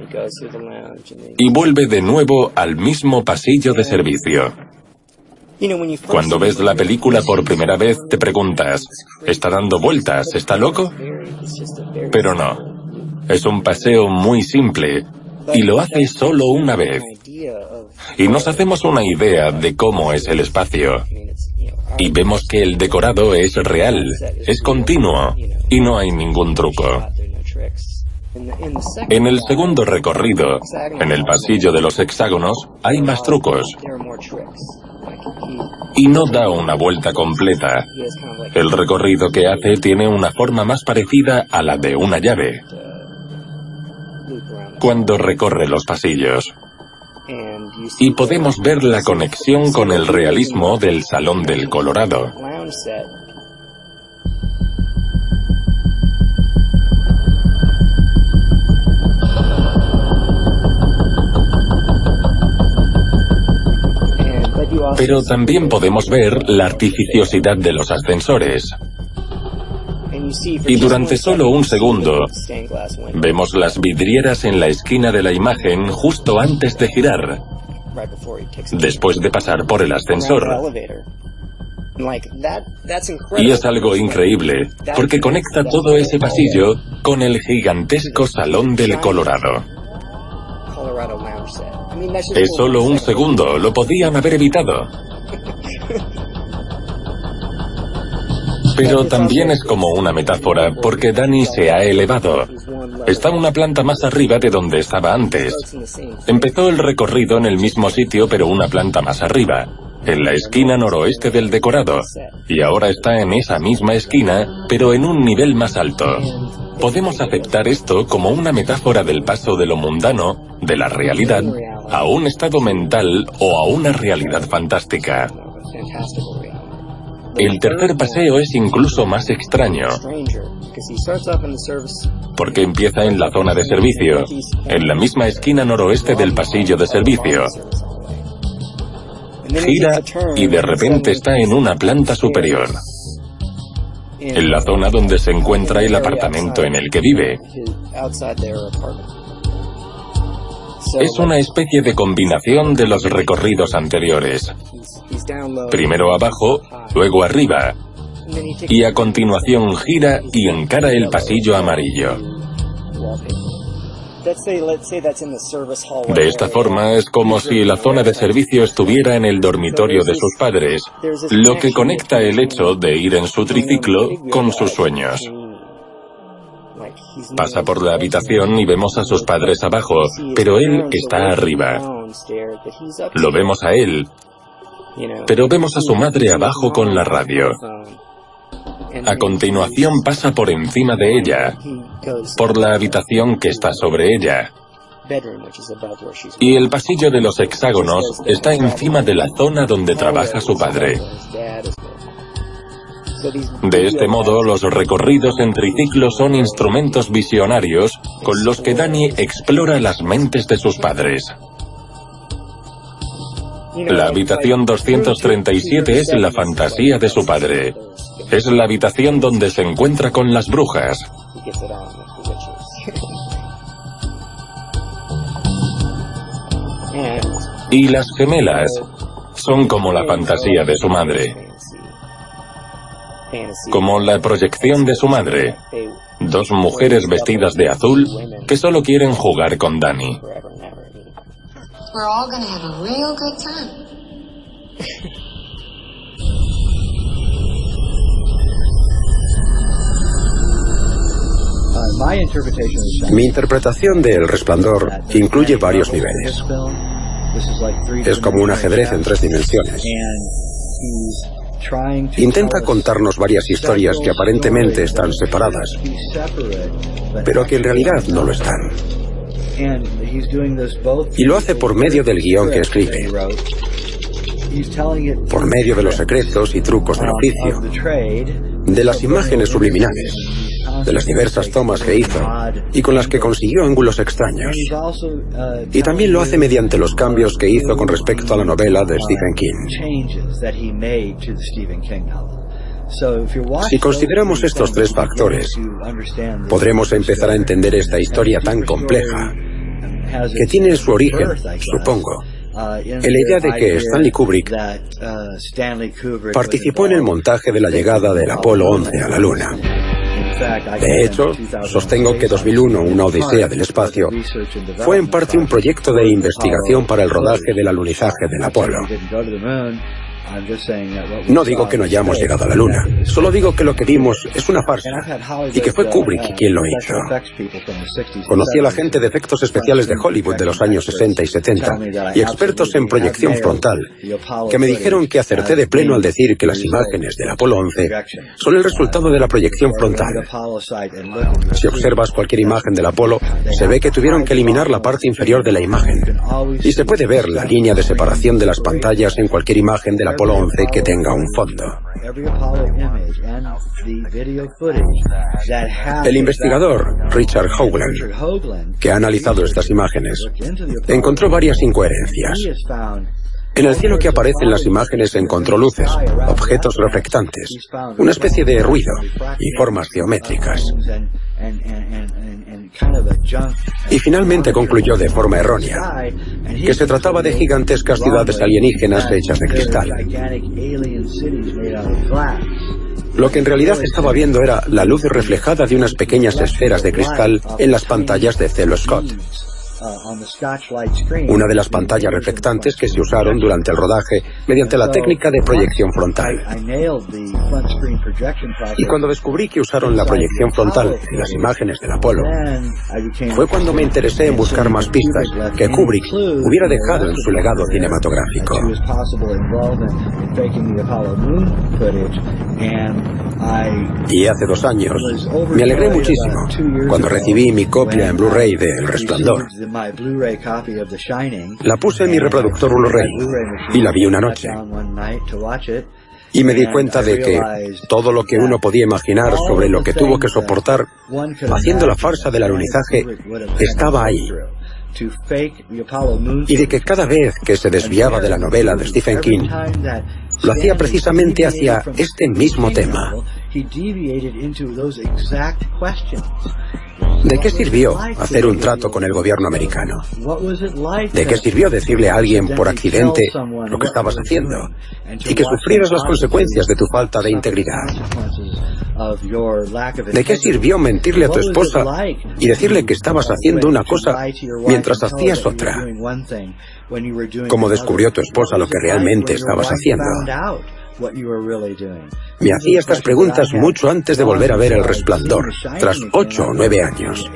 y vuelve de nuevo al mismo pasillo de servicio. Cuando ves la película por primera vez te preguntas, ¿está dando vueltas? ¿Está loco? Pero no. Es un paseo muy simple y lo hace solo una vez. Y nos hacemos una idea de cómo es el espacio. Y vemos que el decorado es real, es continuo y no hay ningún truco. En el segundo recorrido, en el pasillo de los hexágonos, hay más trucos. Y no da una vuelta completa. El recorrido que hace tiene una forma más parecida a la de una llave. Cuando recorre los pasillos. Y podemos ver la conexión con el realismo del Salón del Colorado. Pero también podemos ver la artificiosidad de los ascensores. Y durante solo un segundo, vemos las vidrieras en la esquina de la imagen justo antes de girar, después de pasar por el ascensor. Y es algo increíble, porque conecta todo ese pasillo con el gigantesco Salón del Colorado. Es solo un segundo, lo podían haber evitado. Pero también es como una metáfora, porque Danny se ha elevado. Está una planta más arriba de donde estaba antes. Empezó el recorrido en el mismo sitio, pero una planta más arriba, en la esquina noroeste del decorado. Y ahora está en esa misma esquina, pero en un nivel más alto. Podemos aceptar esto como una metáfora del paso de lo mundano, de la realidad, a un estado mental o a una realidad fantástica. El tercer paseo es incluso más extraño, porque empieza en la zona de servicio, en la misma esquina noroeste del pasillo de servicio. Gira y de repente está en una planta superior, en la zona donde se encuentra el apartamento en el que vive. Es una especie de combinación de los recorridos anteriores. Primero abajo, luego arriba, y a continuación gira y encara el pasillo amarillo. De esta forma es como si la zona de servicio estuviera en el dormitorio de sus padres, lo que conecta el hecho de ir en su triciclo con sus sueños. Pasa por la habitación y vemos a sus padres abajo, pero él está arriba. Lo vemos a él, pero vemos a su madre abajo con la radio. A continuación pasa por encima de ella, por la habitación que está sobre ella. Y el pasillo de los hexágonos está encima de la zona donde trabaja su padre. De este modo, los recorridos en triciclo son instrumentos visionarios con los que Danny explora las mentes de sus padres. La habitación doscientos treinta y siete es la fantasía de su padre. Es la habitación donde se encuentra con las brujas. Y las gemelas son como la fantasía de su madre. Como la proyección de su madre. Dos mujeres vestidas de azul que solo quieren jugar con Danny. Mi interpretación de El Resplandor incluye varios niveles. Es como un ajedrez en tres dimensiones. Intenta contarnos varias historias que aparentemente están separadas, pero que en realidad no lo están. Y lo hace por medio del guión que escribe, por medio de los secretos y trucos del oficio, de las imágenes subliminales, de las diversas tomas que hizo y con las que consiguió ángulos extraños. Y también lo hace mediante los cambios que hizo con respecto a la novela de Stephen King. Si consideramos estos tres factores, podremos empezar a entender esta historia tan compleja, que tiene su origen, supongo, en la idea de que Stanley Kubrick participó en el montaje de la llegada del Apolo once a la Luna. De hecho, sostengo que dos mil uno, una odisea del espacio, fue en parte un proyecto de investigación para el rodaje del alunizaje del Apolo. No digo que no hayamos llegado a la Luna, solo digo que lo que vimos es una farsa y que fue Kubrick quien lo hizo. Conocí a la gente de efectos especiales de Hollywood de los años sesenta y setenta y expertos en proyección frontal que me dijeron que acerté de pleno al decir que las imágenes del Apolo once son el resultado de la proyección frontal. Si observas cualquier imagen del Apolo, se ve que tuvieron que eliminar la parte inferior de la imagen y se puede ver la línea de separación de las pantallas en cualquier imagen del Apolo once que tenga un fondo. El investigador Richard Hoagland, que ha analizado estas imágenes, encontró varias incoherencias. En el cielo que aparece en las imágenes encontró luces, objetos reflectantes, una especie de ruido y formas geométricas. Y finalmente concluyó de forma errónea que se trataba de gigantescas ciudades alienígenas hechas de cristal. Lo que en realidad estaba viendo era la luz reflejada de unas pequeñas esferas de cristal en las pantallas de Celo Scott. Una de las pantallas reflectantes que se usaron durante el rodaje mediante la técnica de proyección frontal. Y cuando descubrí que usaron la proyección frontal en las imágenes del Apolo, fue cuando me interesé en buscar más pistas que Kubrick hubiera dejado en su legado cinematográfico. Y hace dos años me alegré muchísimo cuando recibí mi copia en Blu-ray de El Resplandor. La puse en mi reproductor Blu-ray y la vi una noche. Y me di cuenta de que todo lo que uno podía imaginar sobre lo que tuvo que soportar haciendo la farsa del alunizaje estaba ahí. Y de que cada vez que se desviaba de la novela de Stephen King, lo hacía precisamente hacia este mismo tema. ¿De qué sirvió hacer un trato con el gobierno americano? ¿De qué sirvió decirle a alguien por accidente lo que estabas haciendo y que sufrieras las consecuencias de tu falta de integridad? ¿De qué sirvió mentirle a tu esposa y decirle que estabas haciendo una cosa mientras hacías otra? ¿Cómo descubrió tu esposa lo que realmente estabas haciendo? Me hacía estas preguntas mucho antes de volver a ver El Resplandor, tras ocho o nueve años.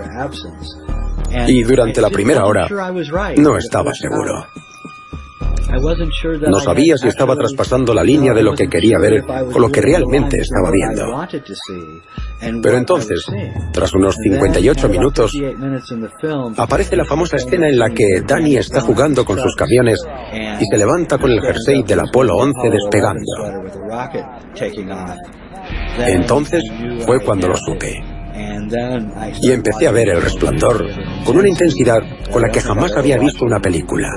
Y durante la primera hora no estaba seguro. No sabía si estaba traspasando la línea de lo que quería ver o lo que realmente estaba viendo. Pero entonces, tras unos cincuenta y ocho minutos, aparece la famosa escena en la que Danny está jugando con sus camiones y se levanta con el jersey del Apolo once despegando. Entonces fue cuando lo supe. Y empecé a ver El Resplandor con una intensidad con la que jamás había visto una película.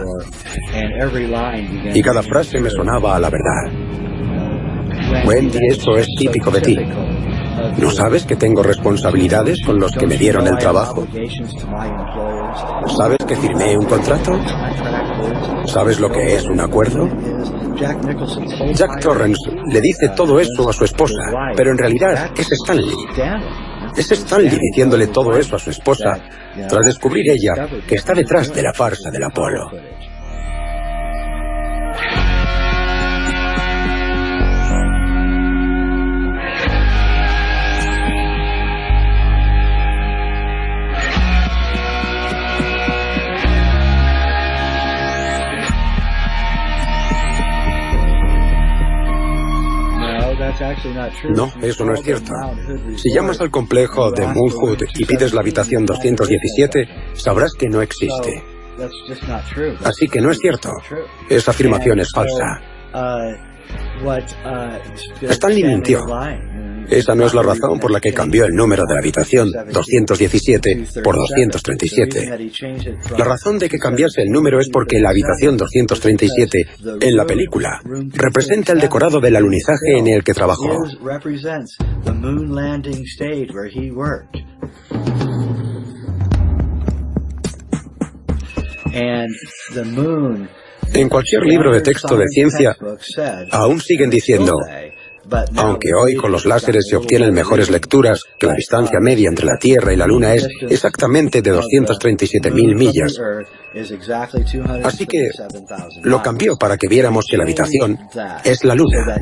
Y cada frase me sonaba a la verdad. Wendy, esto es típico de ti. ¿No sabes que tengo responsabilidades con los que me dieron el trabajo? ¿Sabes que firmé un contrato? ¿Sabes lo que es un acuerdo? Jack Torrance le dice todo eso a su esposa, pero en realidad es Stanley. Es Stanley diciéndole todo eso a su esposa tras descubrir ella que está detrás de la farsa del Apolo. No, eso no es cierto. Si llamas al complejo de Moonhood y pides la habitación doscientos diecisiete, sabrás que no existe. Así que no es cierto. Esa afirmación es falsa. Stanley mintió. Esa no es la razón por la que cambió el número de la habitación doscientos diecisiete por doscientos treinta y siete. La razón de que cambiase el número es porque la habitación doscientos treinta y siete en la película representa el decorado del alunizaje en el que trabajó. En cualquier libro de texto de ciencia, aún siguen diciendo: aunque hoy con los láseres se obtienen mejores lecturas, que la distancia media entre la Tierra y la Luna es exactamente de doscientas treinta y siete mil millas. Así que lo cambió para que viéramos que la habitación es la Luna.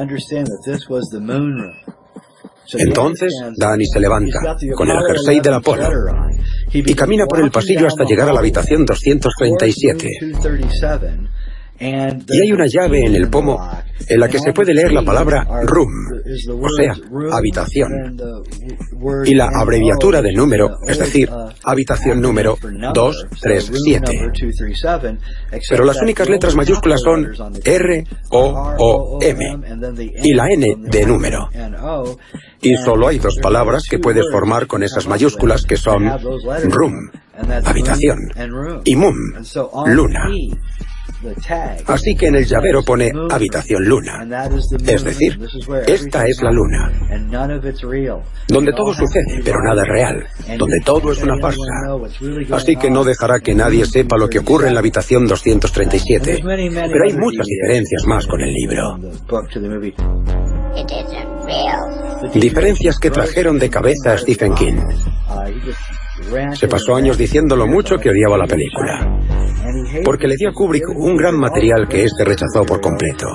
Entonces, Danny se levanta, con el jersey del Apolo, y camina por el pasillo hasta llegar a la habitación doscientos treinta y siete. Y hay una llave en el pomo en la que se puede leer la palabra room, o sea, habitación. Y la abreviatura del número, es decir, habitación número doscientos treinta y siete. Pero las únicas letras mayúsculas son R, O, O, M, y la N de número. Y solo hay dos palabras que puedes formar con esas mayúsculas, que son room, habitación, y moon, luna. Así que en el llavero pone habitación luna. Es decir, esta es la luna, donde todo sucede, pero nada es real, donde todo es una farsa. Así que no dejará que nadie sepa lo que ocurre en la habitación doscientos treinta y siete. Pero hay muchas diferencias más con el libro. Diferencias que trajeron de cabeza a Stephen King. Se pasó años diciendo lo mucho que odiaba la película, porque le dio a Kubrick un gran material que éste rechazó por completo.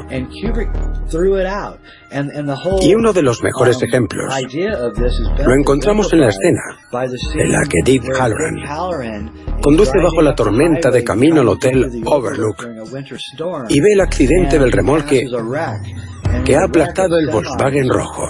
Y uno de los mejores ejemplos lo encontramos en la escena en la que Dick Hallorann conduce bajo la tormenta de camino al hotel Overlook y ve el accidente del remolque que ha aplastado el Volkswagen rojo.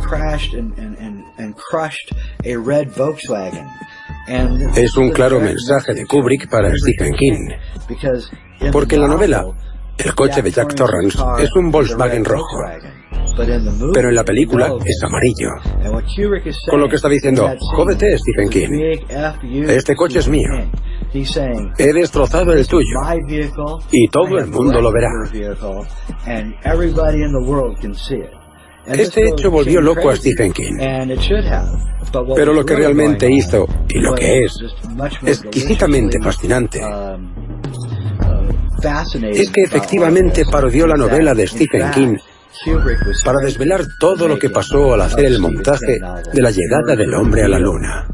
Es un claro mensaje de Kubrick para Stephen King, porque en la novela el coche de Jack Torrance es un Volkswagen rojo, pero en la película es amarillo. Con lo que está diciendo: jódete, Stephen King, este coche es mío, he destrozado el tuyo y todo el mundo lo verá. Este hecho volvió loco a Stephen King, pero lo que realmente hizo, y lo que es exquisitamente fascinante, es que efectivamente parodió la novela de Stephen King para desvelar todo lo que pasó al hacer el montaje de la llegada del hombre a la Luna.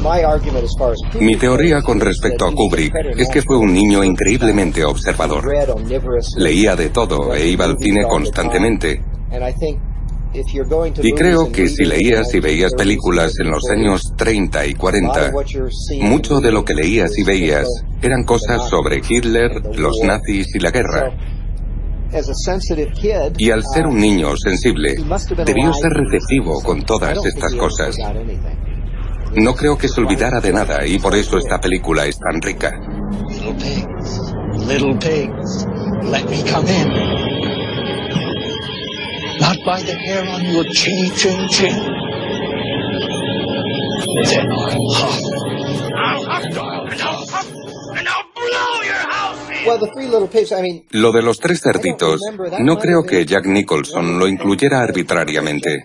Mi teoría con respecto a Kubrick es que fue un niño increíblemente observador. Leía de todo e iba al cine constantemente. Y creo que si leías y veías películas en los años treinta y cuarenta, mucho de lo que leías y veías eran cosas sobre Hitler, los nazis y la guerra. Y al ser un niño sensible, debió ser receptivo con todas estas cosas. No creo que se olvidara de nada y por eso esta película es tan rica. Little pigs, little pigs, let me come in. Not by the hair on your chin, chin, chin. Then I'm hot. I'm hostile and I'll huff and I'll blow your house in. Lo de los tres cerditos, no creo que Jack Nicholson lo incluyera arbitrariamente.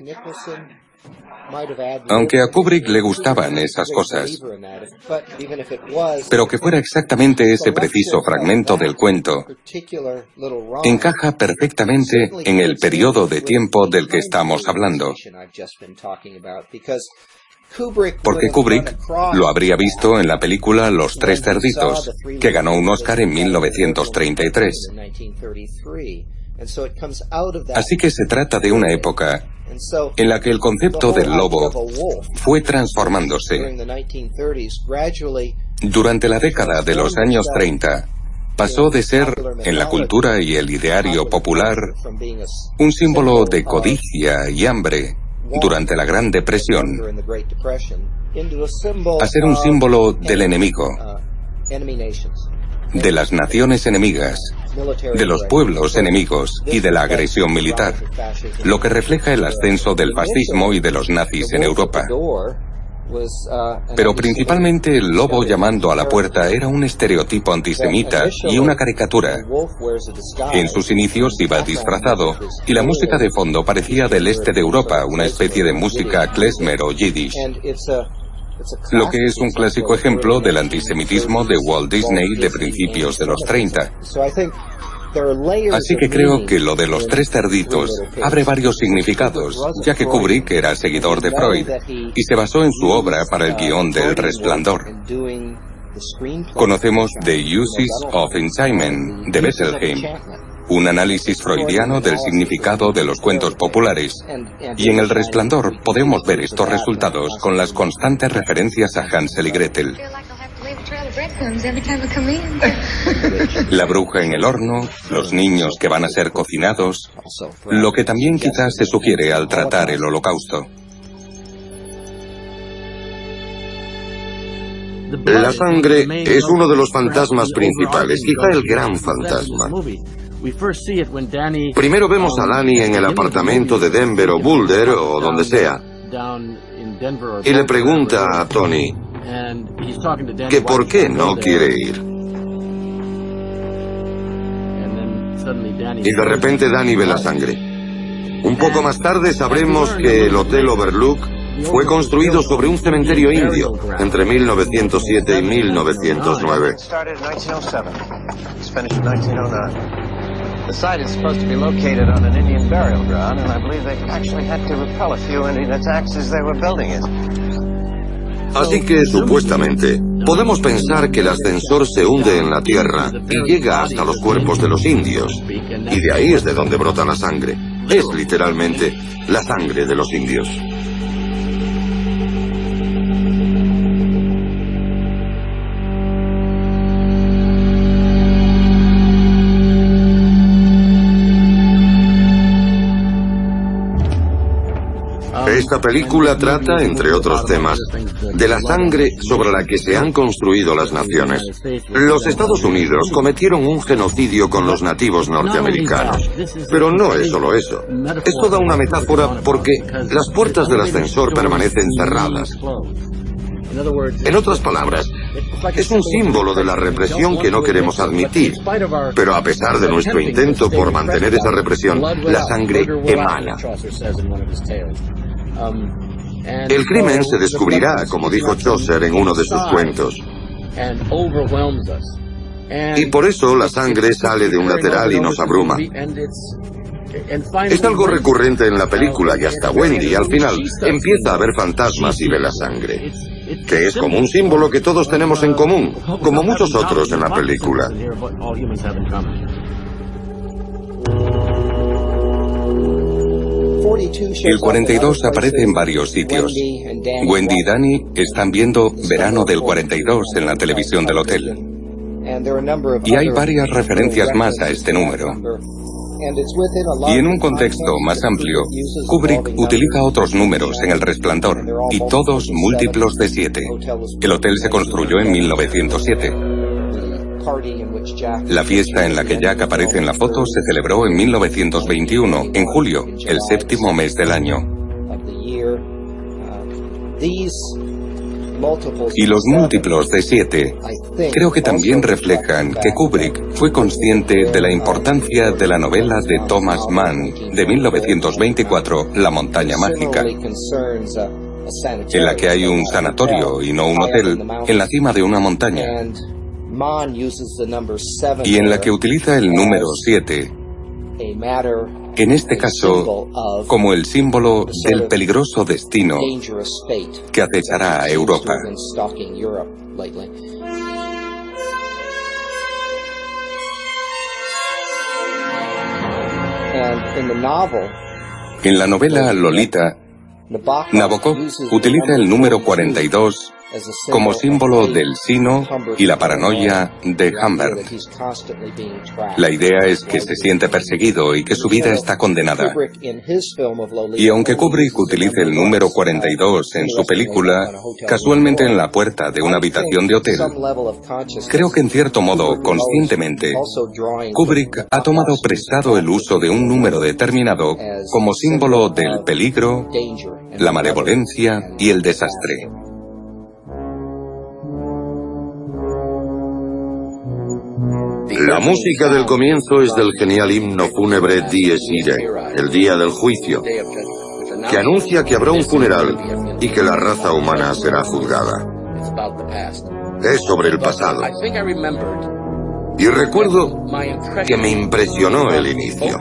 Aunque a Kubrick le gustaban esas cosas, pero que fuera exactamente ese preciso fragmento del cuento, encaja perfectamente en el periodo de tiempo del que estamos hablando. Porque Kubrick lo habría visto en la película Los Tres Cerditos, que ganó un Oscar en mil novecientos treinta y tres. Así que se trata de una época en la que el concepto del lobo fue transformándose. Durante la década de los años treinta, pasó de ser, en la cultura y el ideario popular, un símbolo de codicia y hambre durante la Gran Depresión, a ser un símbolo del enemigo, de las naciones enemigas, de los pueblos enemigos y de la agresión militar, lo que refleja el ascenso del fascismo y de los nazis en Europa. Pero principalmente el lobo llamando a la puerta era un estereotipo antisemita y una caricatura. En sus inicios iba disfrazado y la música de fondo parecía del este de Europa, una especie de música klezmer o yiddish. Lo que es un clásico ejemplo del antisemitismo de Walt Disney de principios de los treinta. Así que creo que lo de los tres cerditos abre varios significados, ya que Kubrick era seguidor de Freud y se basó en su obra para el guión de El Resplandor. Conocemos The Uses of Enchantment de Bettelheim, un análisis freudiano del significado de los cuentos populares, y en El Resplandor podemos ver estos resultados con las constantes referencias a Hansel y Gretel. La bruja en el horno, los niños que van a ser cocinados, lo que también quizás se sugiere al tratar el Holocausto. La sangre es uno de los fantasmas principales, quizá el gran fantasma. Primero vemos a Danny en el apartamento de Denver o Boulder o donde sea, y le pregunta a Tony que por qué no quiere ir. Y de repente Danny ve la sangre. Un poco más tarde sabremos que el Hotel Overlook fue construido sobre un cementerio indio entre mil novecientos siete y mil novecientos nueve. The site is supposed to be located on an Indian burial ground, and I believe they actually had to repel a few Indian attacks as they were building it. Así que, supuestamente, podemos pensar que el ascensor se hunde en la tierra y llega hasta los cuerpos de los indios, y de ahí es de donde brota la sangre. Es literalmente la sangre de los indios. Esta película trata, entre otros temas, de la sangre sobre la que se han construido las naciones. Los Estados Unidos cometieron un genocidio con los nativos norteamericanos. Pero no es solo eso. Es toda una metáfora porque las puertas del ascensor permanecen cerradas. En otras palabras, es un símbolo de la represión que no queremos admitir. Pero a pesar de nuestro intento por mantener esa represión, la sangre emana. El crimen se descubrirá, como dijo Chaucer en uno de sus cuentos. Y por eso la sangre sale de un lateral y nos abruma. Es algo recurrente en la película y hasta Wendy, al final, empieza a ver fantasmas y ve la sangre. que es como un símbolo que todos tenemos en común, como muchos otros en la película. El cuarenta y dos aparece en varios sitios. Wendy y Danny están viendo Verano del cuarenta y dos en la televisión del hotel. Y hay varias referencias más a este número. Y en un contexto más amplio, Kubrick utiliza otros números en El Resplandor, y todos múltiplos de siete. El hotel se construyó en mil novecientos siete. La fiesta en la que Jack aparece en la foto se celebró en mil novecientos veintiuno, en julio, el séptimo mes del año. Y los múltiplos de siete creo que también reflejan que Kubrick fue consciente de la importancia de la novela de Thomas Mann de mil novecientos veinticuatro, La montaña mágica, en la que hay un sanatorio y no un hotel en la cima de una montaña, y en la que utiliza el número siete, en este caso, como el símbolo del peligroso destino que acechará a Europa. En la novela Lolita, Nabokov utiliza el número cuarenta y dos como símbolo del sino y la paranoia de Humbert. La idea es que se siente perseguido y que su vida está condenada. Y aunque Kubrick utilice el número cuarenta y dos en su película, casualmente en la puerta de una habitación de hotel, creo que en cierto modo, conscientemente, Kubrick ha tomado prestado el uso de un número determinado como símbolo del peligro, la malevolencia y el desastre. La música del comienzo es del genial himno fúnebre Dies Irae, el día del juicio, que anuncia que habrá un funeral y que la raza humana será juzgada. Es sobre el pasado. Y recuerdo que me impresionó el inicio.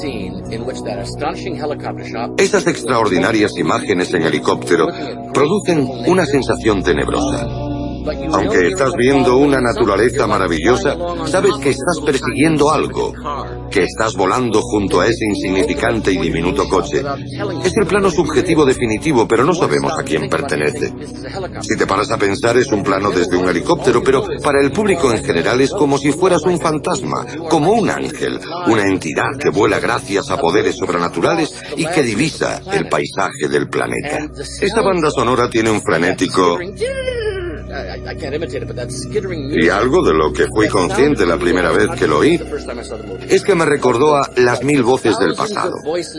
Esas extraordinarias imágenes en helicóptero producen una sensación tenebrosa. Aunque estás viendo una naturaleza maravillosa, sabes que estás persiguiendo algo, que estás volando junto a ese insignificante y diminuto coche. Es el plano subjetivo definitivo, pero no sabemos a quién pertenece. Si te paras a pensar, es un plano desde un helicóptero, pero para el público en general es como si fueras un fantasma, como un ángel, una entidad que vuela gracias a poderes sobrenaturales y que divisa el paisaje del planeta. Esta banda sonora tiene un frenético... Y algo de lo que fui consciente la primera vez que lo oí es que me recordó a Las mil voces del pasado.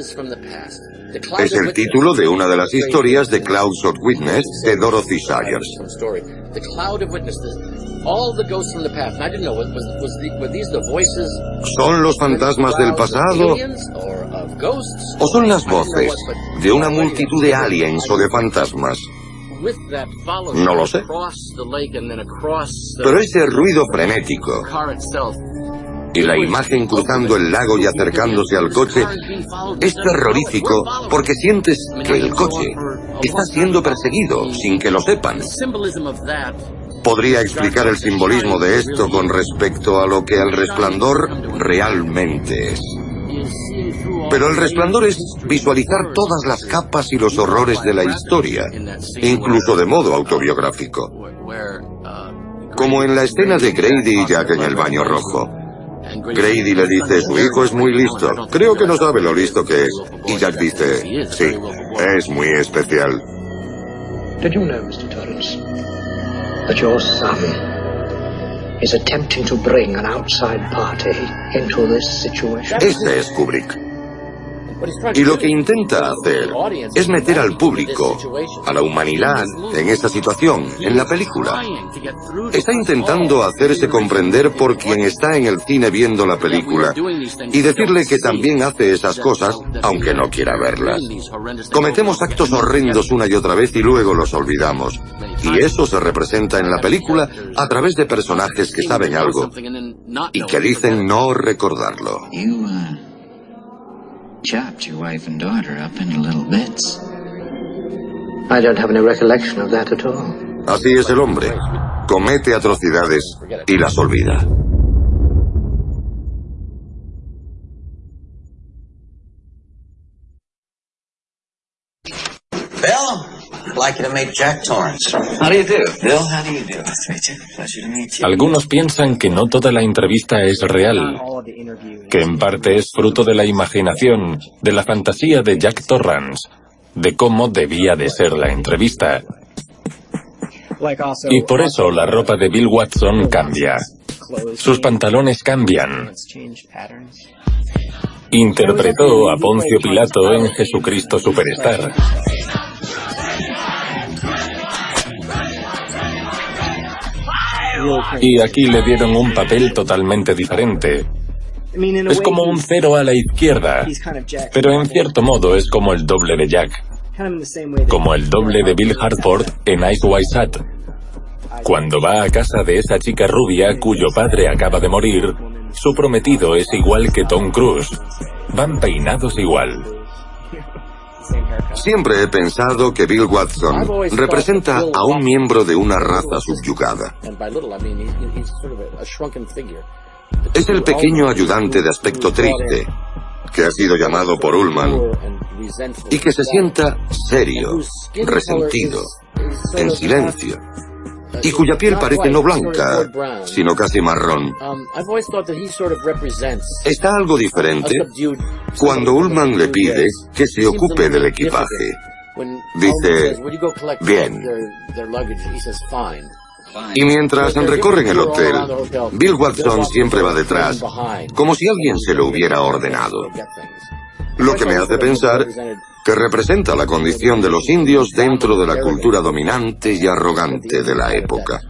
Es el título de una de las historias de Clouds of Witness de Dorothy Sayers. ¿Son los fantasmas del pasado? ¿O son las voces de una multitud de aliens o de fantasmas? No lo sé. Pero ese ruido frenético y la imagen cruzando el lago y acercándose al coche es terrorífico porque sientes que el coche está siendo perseguido sin que lo sepan. Podría explicar el simbolismo de esto con respecto a lo que El Resplandor realmente es. Pero El Resplandor es visualizar todas las capas y los horrores de la historia, incluso de modo autobiográfico. Como en la escena de Grady y Jack en el baño rojo. Grady le dice, su hijo es muy listo, creo que no sabe lo listo que es. Y Jack dice, sí, es muy especial. Did you know, mister Torrance, that your son is attempting to bring an outside party into this situation? Este es Kubrick. Y lo que intenta hacer es meter al público, a la humanidad, en esta situación, en la película. Está intentando hacerse comprender por quien está en el cine viendo la película y decirle que también hace esas cosas, aunque no quiera verlas. Cometemos actos horrendos una y otra vez y luego los olvidamos. Y eso se representa en la película a través de personajes que saben algo y que dicen no recordarlo. Chopped your wife and daughter up into little bits. I don't have any recollection of that at all. Así es el hombre. Comete atrocidades y las olvida. Algunos piensan que no toda la entrevista es real, que en parte es fruto de la imaginación, de la fantasía de Jack Torrance, de cómo debía de ser la entrevista. Y por eso la ropa de Bill Watson cambia. Sus pantalones cambian. Interpretó a Poncio Pilato en Jesucristo Superstar. Y aquí le dieron un papel totalmente diferente. Es como un cero a la izquierda, pero en cierto modo es como el doble de Jack. Como el doble de Bill Hartford en Ice White Sat. Cuando va a casa de esa chica rubia cuyo padre acaba de morir, su prometido es igual que Tom Cruise. Van peinados igual. Siempre he pensado que Bill Watson representa a un miembro de una raza subyugada. Es el pequeño ayudante de aspecto triste, que ha sido llamado por Ullman, y que se sienta serio, resentido, en silencio, y cuya piel parece no blanca, sino casi marrón. Está algo diferente cuando Ullman le pide que se ocupe del equipaje. Dice, bien. Y mientras recorren el hotel, Bill Watson siempre va detrás, como si alguien se lo hubiera ordenado. Lo que me hace pensar que representa la condición de los indios dentro de la cultura dominante y arrogante de la época.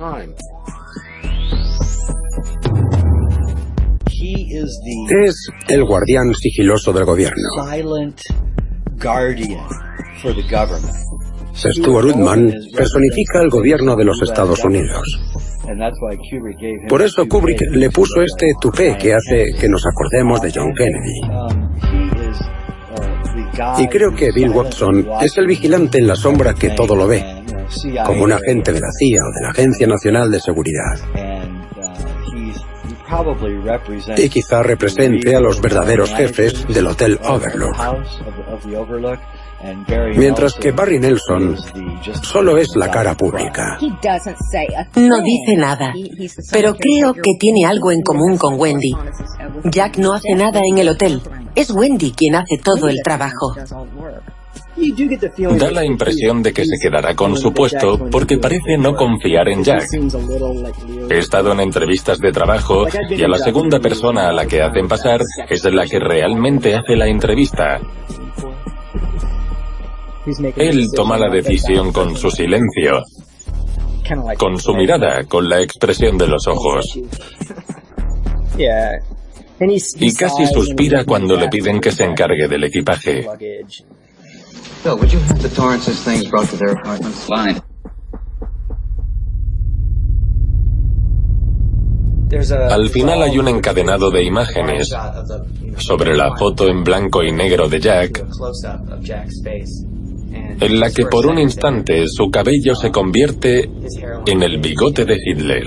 Es el guardián sigiloso del gobierno. Stuart Ullman personifica al gobierno de los Estados Unidos. Por eso Kubrick le puso este tupé que hace que nos acordemos de John Kennedy. Y creo que Bill Watson es el vigilante en la sombra que todo lo ve, como un agente de la C I A o de la Agencia Nacional de Seguridad. Y quizá represente a los verdaderos jefes del Hotel Overlook. Mientras que Barry Nelson solo es la cara pública. No dice nada, pero creo que tiene algo en común con Wendy. Jack no hace nada en el hotel. Es Wendy quien hace todo el trabajo. Da la impresión de que se quedará con su puesto porque parece no confiar en Jack. He estado en entrevistas de trabajo y a la segunda persona a la que hacen pasar es la que realmente hace la entrevista. Él toma la decisión con su silencio, con su mirada, con la expresión de los ojos. Y casi suspira cuando le piden que se encargue del equipaje. Al final hay un encadenado de imágenes sobre la foto en blanco y negro de Jack, en la que por un instante su cabello se convierte en el bigote de Hitler.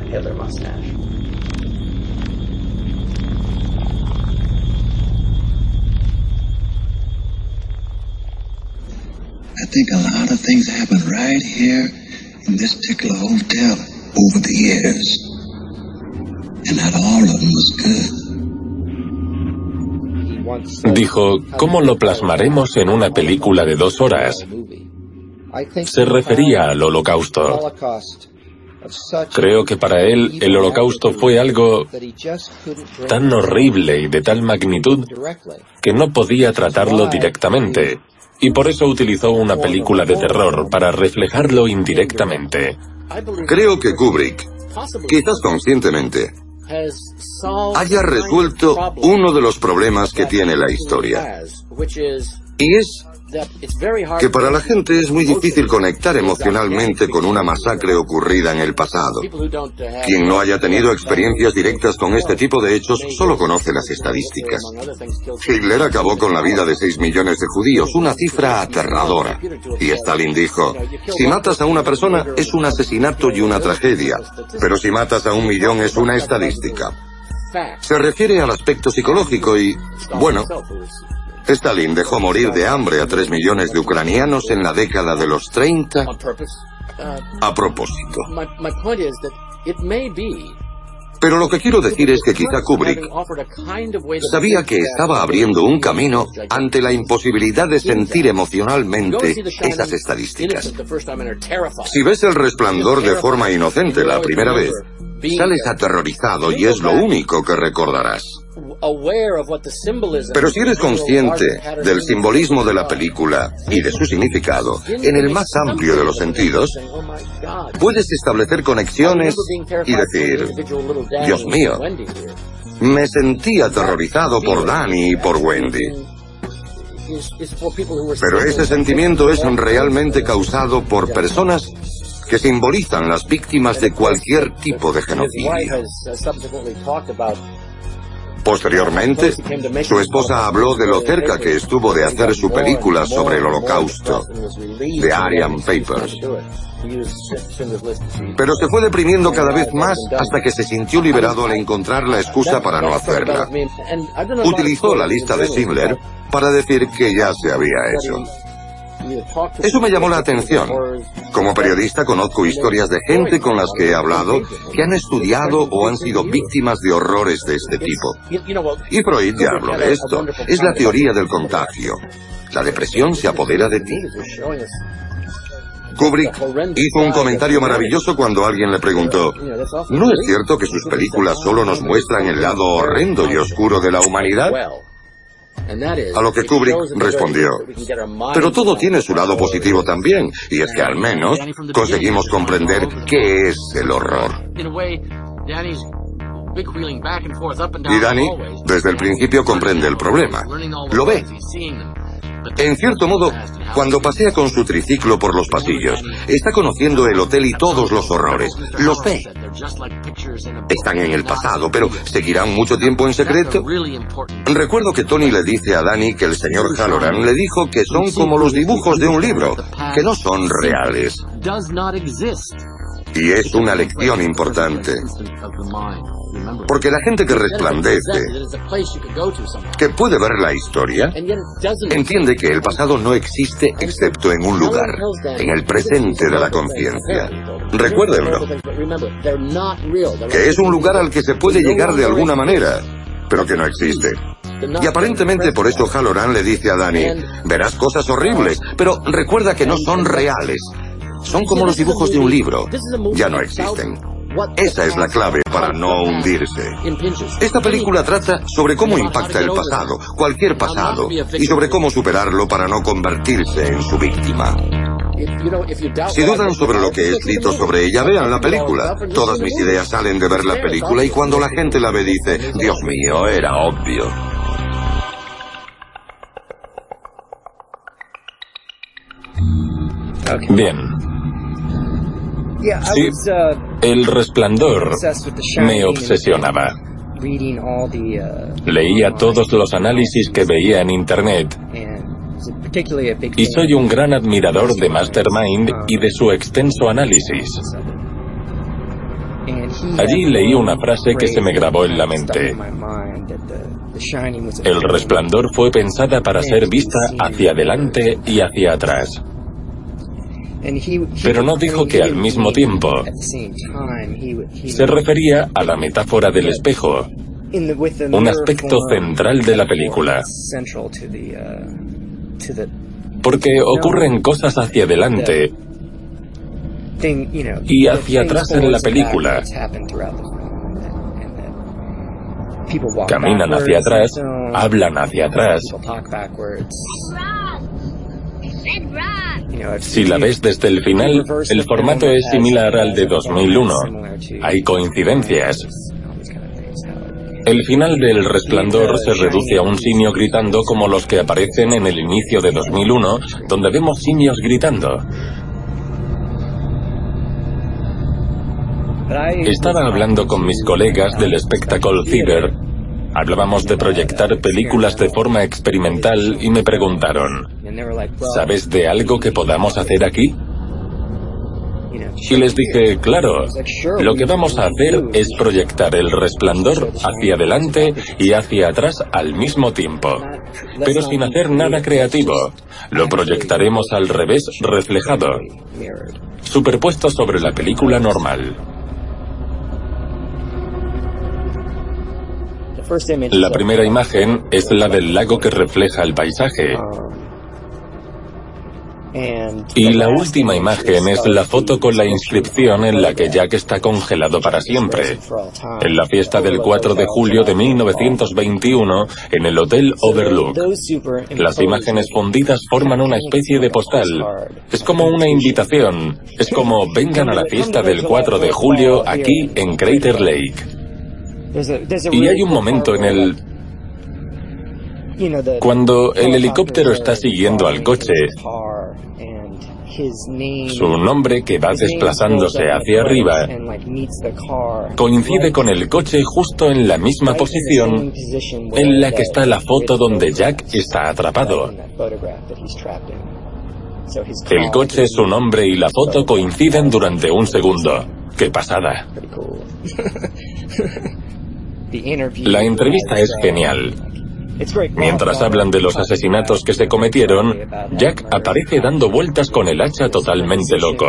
I think a lot of things happened right here in this particular hotel over the years. And not all of them was good. Dijo, ¿cómo lo plasmaremos en una película de dos horas? Se refería al Holocausto. Creo que para él el Holocausto fue algo tan horrible y de tal magnitud que no podía tratarlo directamente. Y por eso utilizó una película de terror para reflejarlo indirectamente. Creo que Kubrick, quizás conscientemente, haya resuelto uno de los problemas que tiene la historia. Y es que para la gente es muy difícil conectar emocionalmente con una masacre ocurrida en el pasado. Quien no haya tenido experiencias directas con este tipo de hechos solo conoce las estadísticas. Hitler acabó con la vida de seis millones de judíos, una cifra aterradora. Y Stalin dijo, si matas a una persona es un asesinato y una tragedia, pero si matas a un millón es una estadística. Se refiere al aspecto psicológico y, bueno, Stalin dejó morir de hambre a tres millones de ucranianos en la década de los treinta a propósito. Pero lo que quiero decir es que quizá Kubrick sabía que estaba abriendo un camino ante la imposibilidad de sentir emocionalmente esas estadísticas. Si ves El Resplandor de forma inocente la primera vez, sales aterrorizado y es lo único que recordarás. Pero si eres consciente del simbolismo de la película y de su significado, en el más amplio de los sentidos, puedes establecer conexiones y decir, Dios mío, me sentí aterrorizado por Danny y por Wendy. Pero ese sentimiento es realmente causado por personas que simbolizan las víctimas de cualquier tipo de genocidio. Posteriormente, su esposa habló de lo cerca que estuvo de hacer su película sobre el Holocausto, The Aryan Papers. Pero se fue deprimiendo cada vez más hasta que se sintió liberado al encontrar la excusa para no hacerla. Utilizó la lista de Schindler para decir que ya se había hecho. Eso me llamó la atención. Como periodista conozco historias de gente con las que he hablado que han estudiado o han sido víctimas de horrores de este tipo. Y Freud ya habló de esto. Es la teoría del contagio. La depresión se apodera de ti. Kubrick hizo un comentario maravilloso cuando alguien le preguntó, ¿no es cierto que sus películas solo nos muestran el lado horrendo y oscuro de la humanidad? A lo que Kubrick respondió, pero todo tiene su lado positivo también, y es que al menos conseguimos comprender qué es el horror. Y Danny, desde el principio, comprende el problema. Lo ve. En cierto modo, cuando pasea con su triciclo por los pasillos, está conociendo el hotel y todos los horrores. Los ve. Están en el pasado, pero ¿seguirán mucho tiempo en secreto? Recuerdo que Tony le dice a Danny que el señor Halloran le dijo que son como los dibujos de un libro, que no son reales. Y es una lección importante. Porque la gente que resplandece, que puede ver la historia, entiende que el pasado no existe excepto en un lugar, en el presente de la conciencia. Recuérdenlo, que es un lugar al que se puede llegar de alguna manera, pero que no existe. Y aparentemente por eso Halloran le dice a Danny, verás cosas horribles, pero recuerda que no son reales. Son como los dibujos de un libro, ya no existen. Esa es la clave para no hundirse. Esta película trata sobre cómo impacta el pasado, cualquier pasado, y sobre cómo superarlo para no convertirse en su víctima. Si dudan sobre lo que he escrito sobre ella, vean la película. Todas mis ideas salen de ver la película y cuando la gente la ve dice, Dios mío, era obvio. Bien. Sí, El Resplandor me obsesionaba. Leía todos los análisis que veía en Internet. Y soy un gran admirador de Mastermind y de su extenso análisis. Allí leí una frase que se me grabó en la mente. El Resplandor fue pensada para ser vista hacia adelante y hacia atrás. Pero no dijo que al mismo tiempo. Se refería a la metáfora del espejo, un aspecto central de la película. Porque ocurren cosas hacia adelante y hacia atrás en la película. Caminan hacia atrás, hablan hacia atrás. Si la ves desde el final, el formato es similar al de dos mil uno. Hay coincidencias. El final del Resplandor se reduce a un simio gritando como los que aparecen en el inicio de dos mil uno, donde vemos simios gritando. Estaba hablando con mis colegas del Spectacle Theater. Hablábamos de proyectar películas de forma experimental y me preguntaron, ¿sabes de algo que podamos hacer aquí? Y les dije, claro, lo que vamos a hacer es proyectar El Resplandor hacia adelante y hacia atrás al mismo tiempo, pero sin hacer nada creativo. Lo proyectaremos al revés, reflejado, superpuesto sobre la película normal. La primera imagen es la del lago que refleja el paisaje. Y la última imagen es la foto con la inscripción en la que Jack está congelado para siempre, en la fiesta del cuatro de julio de mil novecientos veintiuno en el Hotel Overlook. Las imágenes fundidas forman una especie de postal. Es como una invitación. Es como vengan a la fiesta del cuatro de julio aquí en Crater Lake. Y hay un momento en el... Cuando el helicóptero está siguiendo al coche, su nombre, que va desplazándose hacia arriba, coincide con el coche justo en la misma posición en la que está la foto donde Jack está atrapado. El coche, su nombre y la foto coinciden durante un segundo. ¡Qué pasada! La entrevista es genial. Mientras hablan de los asesinatos que se cometieron, Jack aparece dando vueltas con el hacha totalmente loco.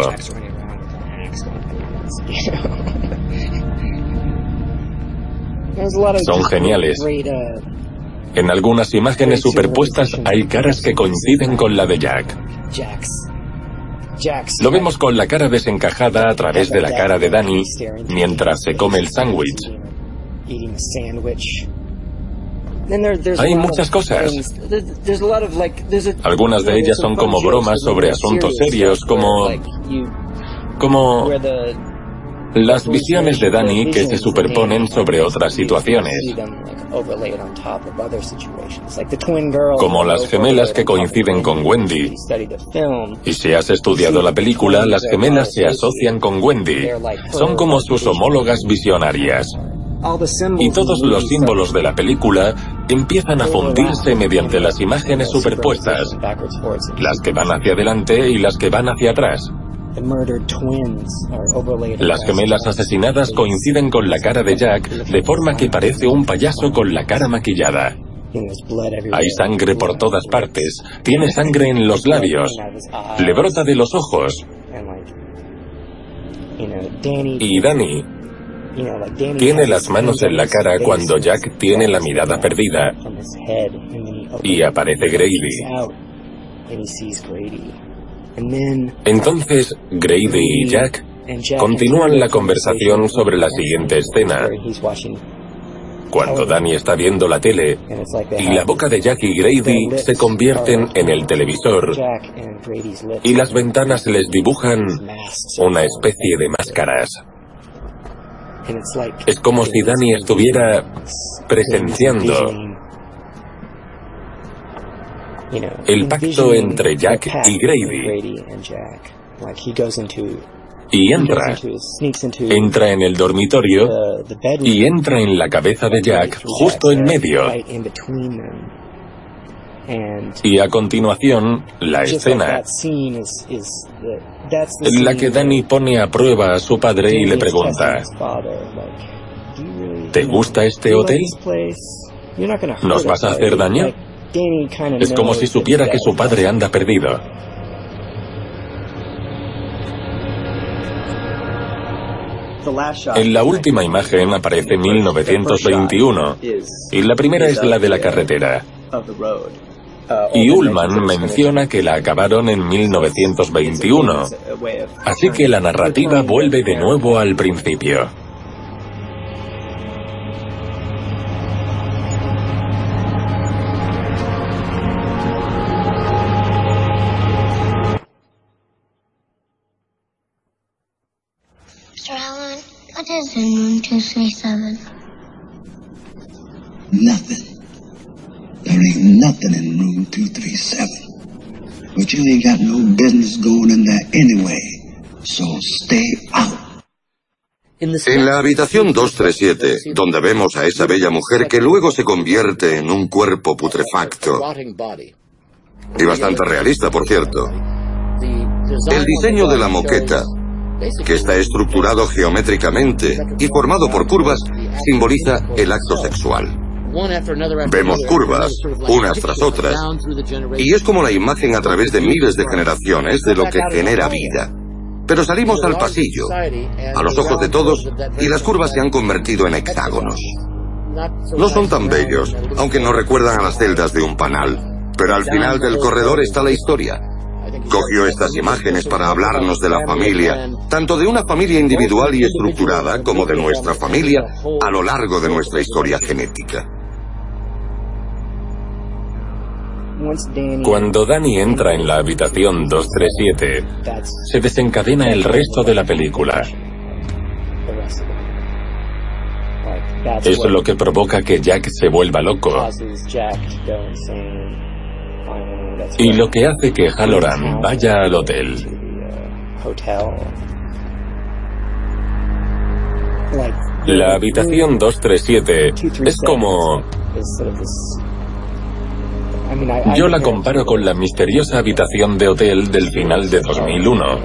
Son geniales. En algunas imágenes superpuestas hay caras que coinciden con la de Jack. Lo vemos con la cara desencajada a través de la cara de Danny mientras se come el sándwich. Hay muchas cosas. Algunas de ellas son como bromas sobre asuntos serios, como... como... las visiones de Danny que se superponen sobre otras situaciones. Como las gemelas que coinciden con Wendy. Y si has estudiado la película, las gemelas se asocian con Wendy. Son como sus homólogas visionarias. Y todos los símbolos de la película empiezan a fundirse mediante las imágenes superpuestas, las que van hacia adelante y las que van hacia atrás. Las gemelas asesinadas coinciden con la cara de Jack de forma que parece un payaso con la cara maquillada. Hay sangre por todas partes, tiene sangre en los labios, le brota de los ojos. Y Danny tiene las manos en la cara cuando Jack tiene la mirada perdida y aparece Grady. Entonces, Grady y Jack continúan la conversación sobre la siguiente escena. Cuando Danny está viendo la tele y la boca de Jack y Grady se convierten en el televisor y las ventanas les dibujan una especie de máscaras. Es como si Danny estuviera presenciando el pacto entre Jack y Grady. Y entra, entra en el dormitorio y entra en la cabeza de Jack justo en medio. Y a continuación, la escena en la que Danny pone a prueba a su padre y le pregunta: ¿te gusta este hotel? ¿Nos vas a hacer daño? Es como si supiera que su padre anda perdido. En la última imagen aparece mil novecientos veintiuno, y la primera es la de la carretera. Y Ullman menciona que la acabaron en mil novecientos veintiuno, así que la narrativa vuelve de nuevo al principio. mister Allen, what is in room two three seven? nothing. There ain't nothing in room two three seven. But you ain't got no business going in there anyway. So stay out. En la habitación doscientos treinta y siete, donde vemos a esa bella mujer que luego se convierte en un cuerpo putrefacto, y bastante realista, por cierto, el diseño de la moqueta, que está estructurado geométricamente y formado por curvas, simboliza el acto sexual. Vemos curvas, unas tras otras, y es como la imagen a través de miles de generaciones de lo que genera vida. Pero salimos al pasillo, a los ojos de todos, y las curvas se han convertido en hexágonos. No son tan bellos, aunque nos recuerdan a las celdas de un panal. Pero al final del corredor está la historia. Cogió estas imágenes para hablarnos de la familia, tanto de una familia individual y estructurada como de nuestra familia a lo largo de nuestra historia genética. Cuando Danny entra en la habitación doscientos treinta y siete, se desencadena el resto de la película. Es lo que provoca que Jack se vuelva loco. Y lo que hace que Halloran vaya al hotel. La habitación doscientos treinta y siete es como... Yo la comparo con la misteriosa habitación de hotel del final de dos mil uno.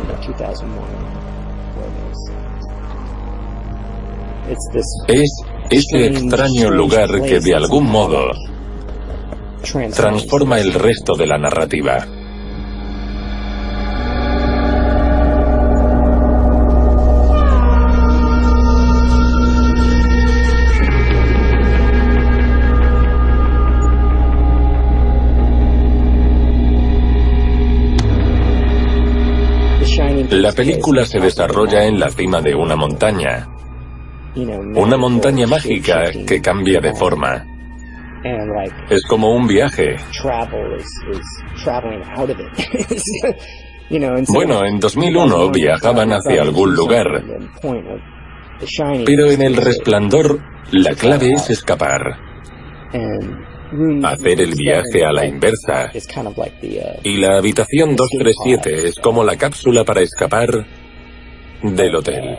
Es ese extraño lugar que de algún modo transforma el resto de la narrativa. La película se desarrolla en la cima de una montaña. Una montaña mágica que cambia de forma. Es como un viaje. Bueno, en dos mil uno viajaban hacia algún lugar. Pero en El Resplandor, la clave es escapar. Hacer el viaje a la inversa. Y la habitación doscientos treinta y siete es como la cápsula para escapar del hotel.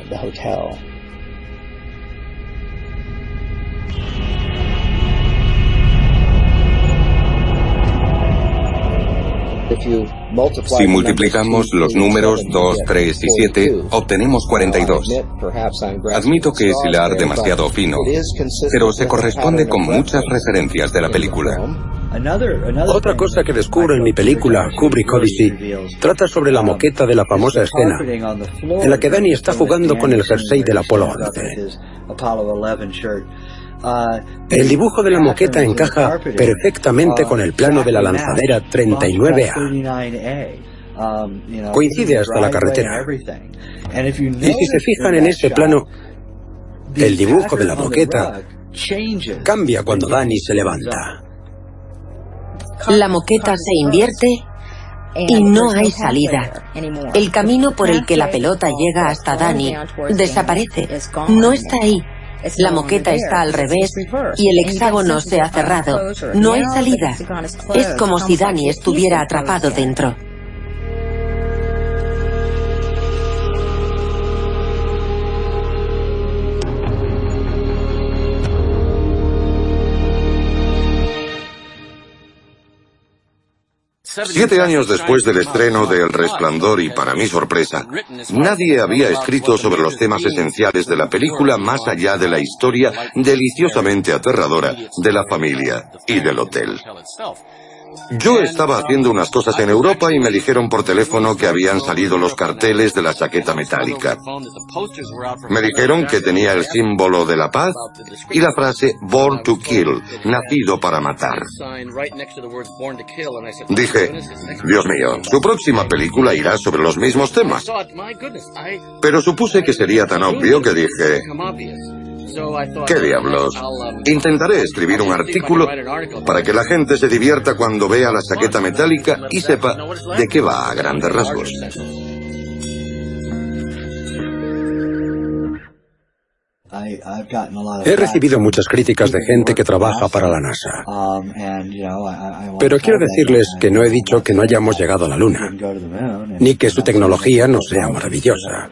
Si multiplicamos los números dos, tres y siete, obtenemos cuarenta y dos. Admito que es hilar demasiado fino, pero se corresponde con muchas referencias de la película. Otra cosa que descubro en mi película, Kubrick Odyssey, trata sobre la moqueta de la famosa escena, en la que Danny está jugando con el jersey del Apolo once. El dibujo de la moqueta encaja perfectamente con el plano de la lanzadera treinta y nueve A. Coincide hasta la carretera. Y si se fijan en ese plano, el dibujo de la moqueta cambia cuando Danny se levanta. La moqueta se invierte y no hay salida. El camino por el que la pelota llega hasta Danny desaparece. No está ahí. La moqueta está al revés y el hexágono se ha cerrado. No hay salida. Es como si Danny estuviera atrapado dentro. Siete años después del estreno de El Resplandor y para mi sorpresa, nadie había escrito sobre los temas esenciales de la película más allá de la historia deliciosamente aterradora de la familia y del hotel. Yo estaba haciendo unas cosas en Europa y me dijeron por teléfono que habían salido los carteles de la chaqueta metálica. Me dijeron que tenía el símbolo de la paz y la frase Born to Kill, nacido para matar. Dije, Dios mío, su próxima película irá sobre los mismos temas. Pero supuse que sería tan obvio que dije, ¿qué diablos? Intentaré escribir un artículo para que la gente se divierta cuando vea la chaqueta metálica y sepa de qué va a grandes rasgos. He recibido muchas críticas de gente que trabaja para la NASA. Pero quiero decirles que no he dicho que no hayamos llegado a la Luna, ni que su tecnología no sea maravillosa.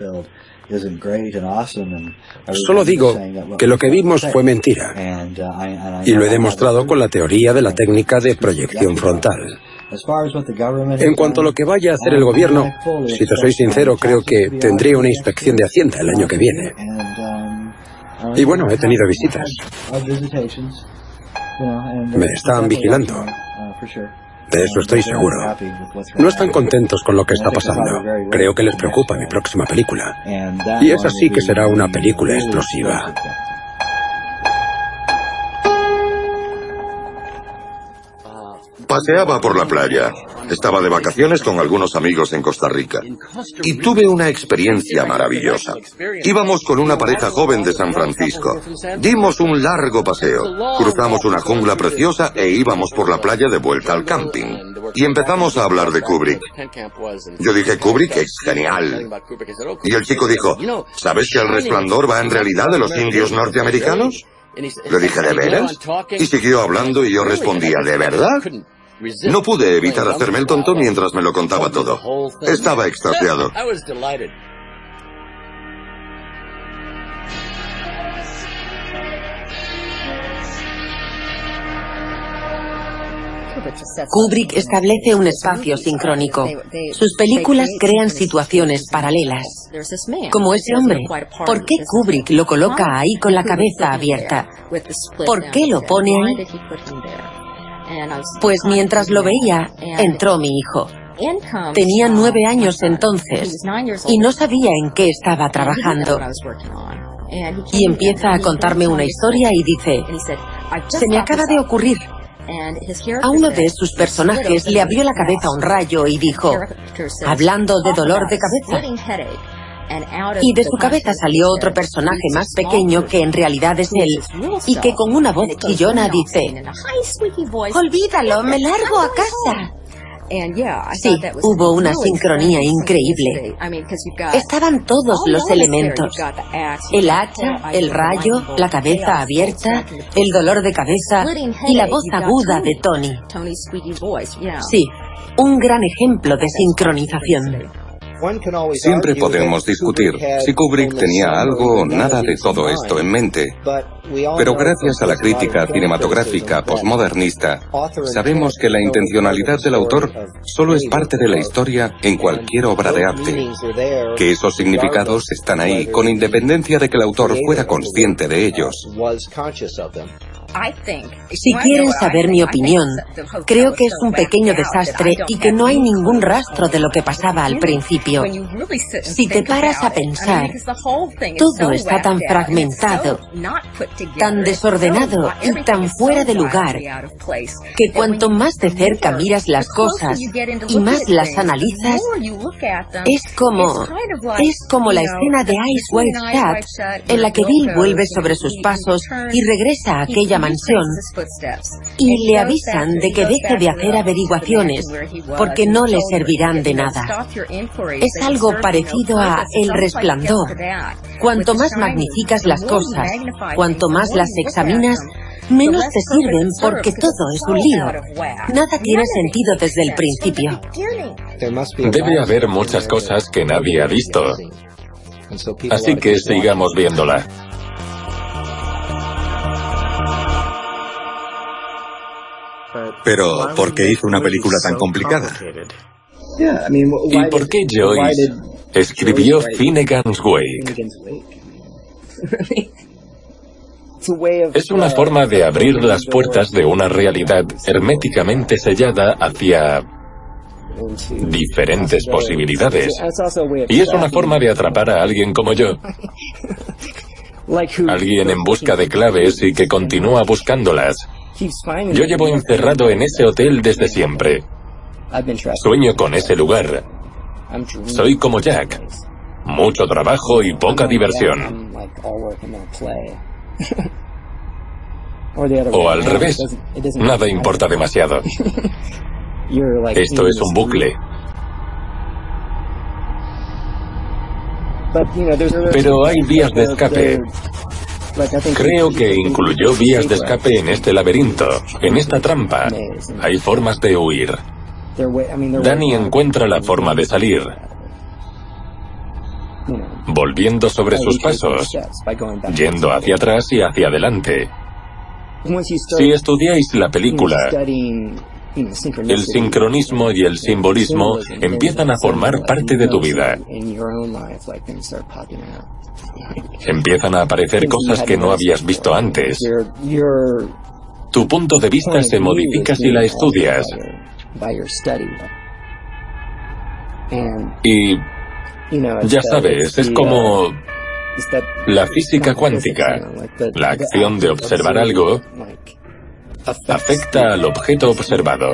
Solo digo que lo que vimos fue mentira, y lo he demostrado con la teoría de la técnica de proyección frontal. En cuanto a lo que vaya a hacer el gobierno, si te soy sincero, creo que tendré una inspección de Hacienda el año que viene. Y bueno, he tenido visitas. Me están vigilando. De eso estoy seguro. No están contentos con lo que está pasando. Creo que les preocupa mi próxima película. Y esa sí que será una película explosiva. Paseaba por la playa. Estaba de vacaciones con algunos amigos en Costa Rica. Y tuve una experiencia maravillosa. Íbamos con una pareja joven de San Francisco. Dimos un largo paseo. Cruzamos una jungla preciosa e íbamos por la playa de vuelta al camping. Y empezamos a hablar de Kubrick. Yo dije, Kubrick es genial. Y el chico dijo, ¿sabes que El Resplandor va en realidad de los indios norteamericanos? Le dije, ¿de veras? Y siguió hablando y yo respondía, ¿de verdad? No pude evitar hacerme el tonto mientras me lo contaba todo. Estaba extasiado. Kubrick establece un espacio sincrónico. Sus películas crean situaciones paralelas. Como ese hombre. ¿Por qué Kubrick lo coloca ahí con la cabeza abierta? ¿Por qué lo pone ahí? Pues mientras lo veía, entró mi hijo. Tenía nueve años entonces y no sabía en qué estaba trabajando. Y empieza a contarme una historia y dice, se me acaba de ocurrir. A uno de sus personajes le abrió la cabeza un rayo y dijo, hablando de dolor de cabeza. Y de su cabeza salió otro personaje más pequeño que en realidad es él, y que con una voz chillona dice, olvídalo, me largo a casa. Sí, hubo una sincronía increíble. Estaban todos los elementos. El hacha, el rayo, la cabeza abierta, el dolor de cabeza y la voz aguda de Tony. Sí, un gran ejemplo de sincronización. Siempre podemos discutir si Kubrick tenía algo o nada de todo esto en mente, pero gracias a la crítica cinematográfica posmodernista, sabemos que la intencionalidad del autor solo es parte de la historia en cualquier obra de arte, que esos significados están ahí con independencia de que el autor fuera consciente de ellos. Si quieren saber mi opinión, creo que es un pequeño desastre y que no hay ningún rastro de lo que pasaba al principio. Si te paras a pensar, todo está tan fragmentado, tan desordenado y tan fuera de lugar, que cuanto más de cerca miras las cosas y más las analizas, es como, es como la escena de Eyes Wide Shut, en la que Bill vuelve sobre sus pasos y regresa a aquella mansión y le avisan de que deje de hacer averiguaciones porque no le servirán de nada. Es algo parecido a El Resplandor. Cuanto más magnificas las cosas, cuanto más las examinas, menos te sirven porque todo es un lío. Nada tiene sentido desde el principio. Debe haber muchas cosas que nadie ha visto. Así que sigamos viéndola. Pero, ¿por qué hizo una película tan complicada? ¿Y por qué Joyce escribió Finnegan's Wake? Es una forma de abrir las puertas de una realidad herméticamente sellada hacia diferentes posibilidades. Y es una forma de atrapar a alguien como yo. Alguien en busca de claves y que continúa buscándolas. Yo llevo encerrado en ese hotel desde siempre. Sueño con ese lugar. Soy como Jack. Mucho trabajo y poca diversión. O al revés. Nada importa demasiado. Esto es un bucle. Pero hay vías de escape. Creo que incluyó vías de escape en este laberinto, en esta trampa. Hay formas de huir. Danny encuentra la forma de salir, volviendo sobre sus pasos, yendo hacia atrás y hacia adelante. Si estudiáis la película, el sincronismo y el simbolismo empiezan a formar parte de tu vida. Empiezan a aparecer cosas que no habías visto antes. Tu punto de vista se modifica si la estudias. Y, ya sabes, es como la física cuántica. La acción de observar algo afecta al objeto observado.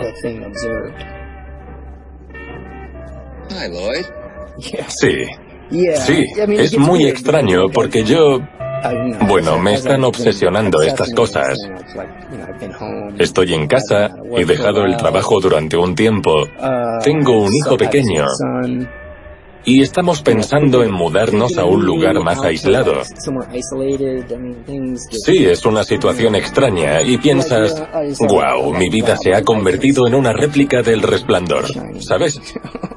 Hi, Lloyd. Sí, sí, es muy extraño porque yo... Bueno, me están obsesionando estas cosas. Estoy en casa, he dejado el trabajo durante un tiempo, tengo un hijo pequeño y estamos pensando en mudarnos a un lugar más aislado. Sí, es una situación extraña y piensas, wow, mi vida se ha convertido en una réplica del Resplandor, ¿sabes?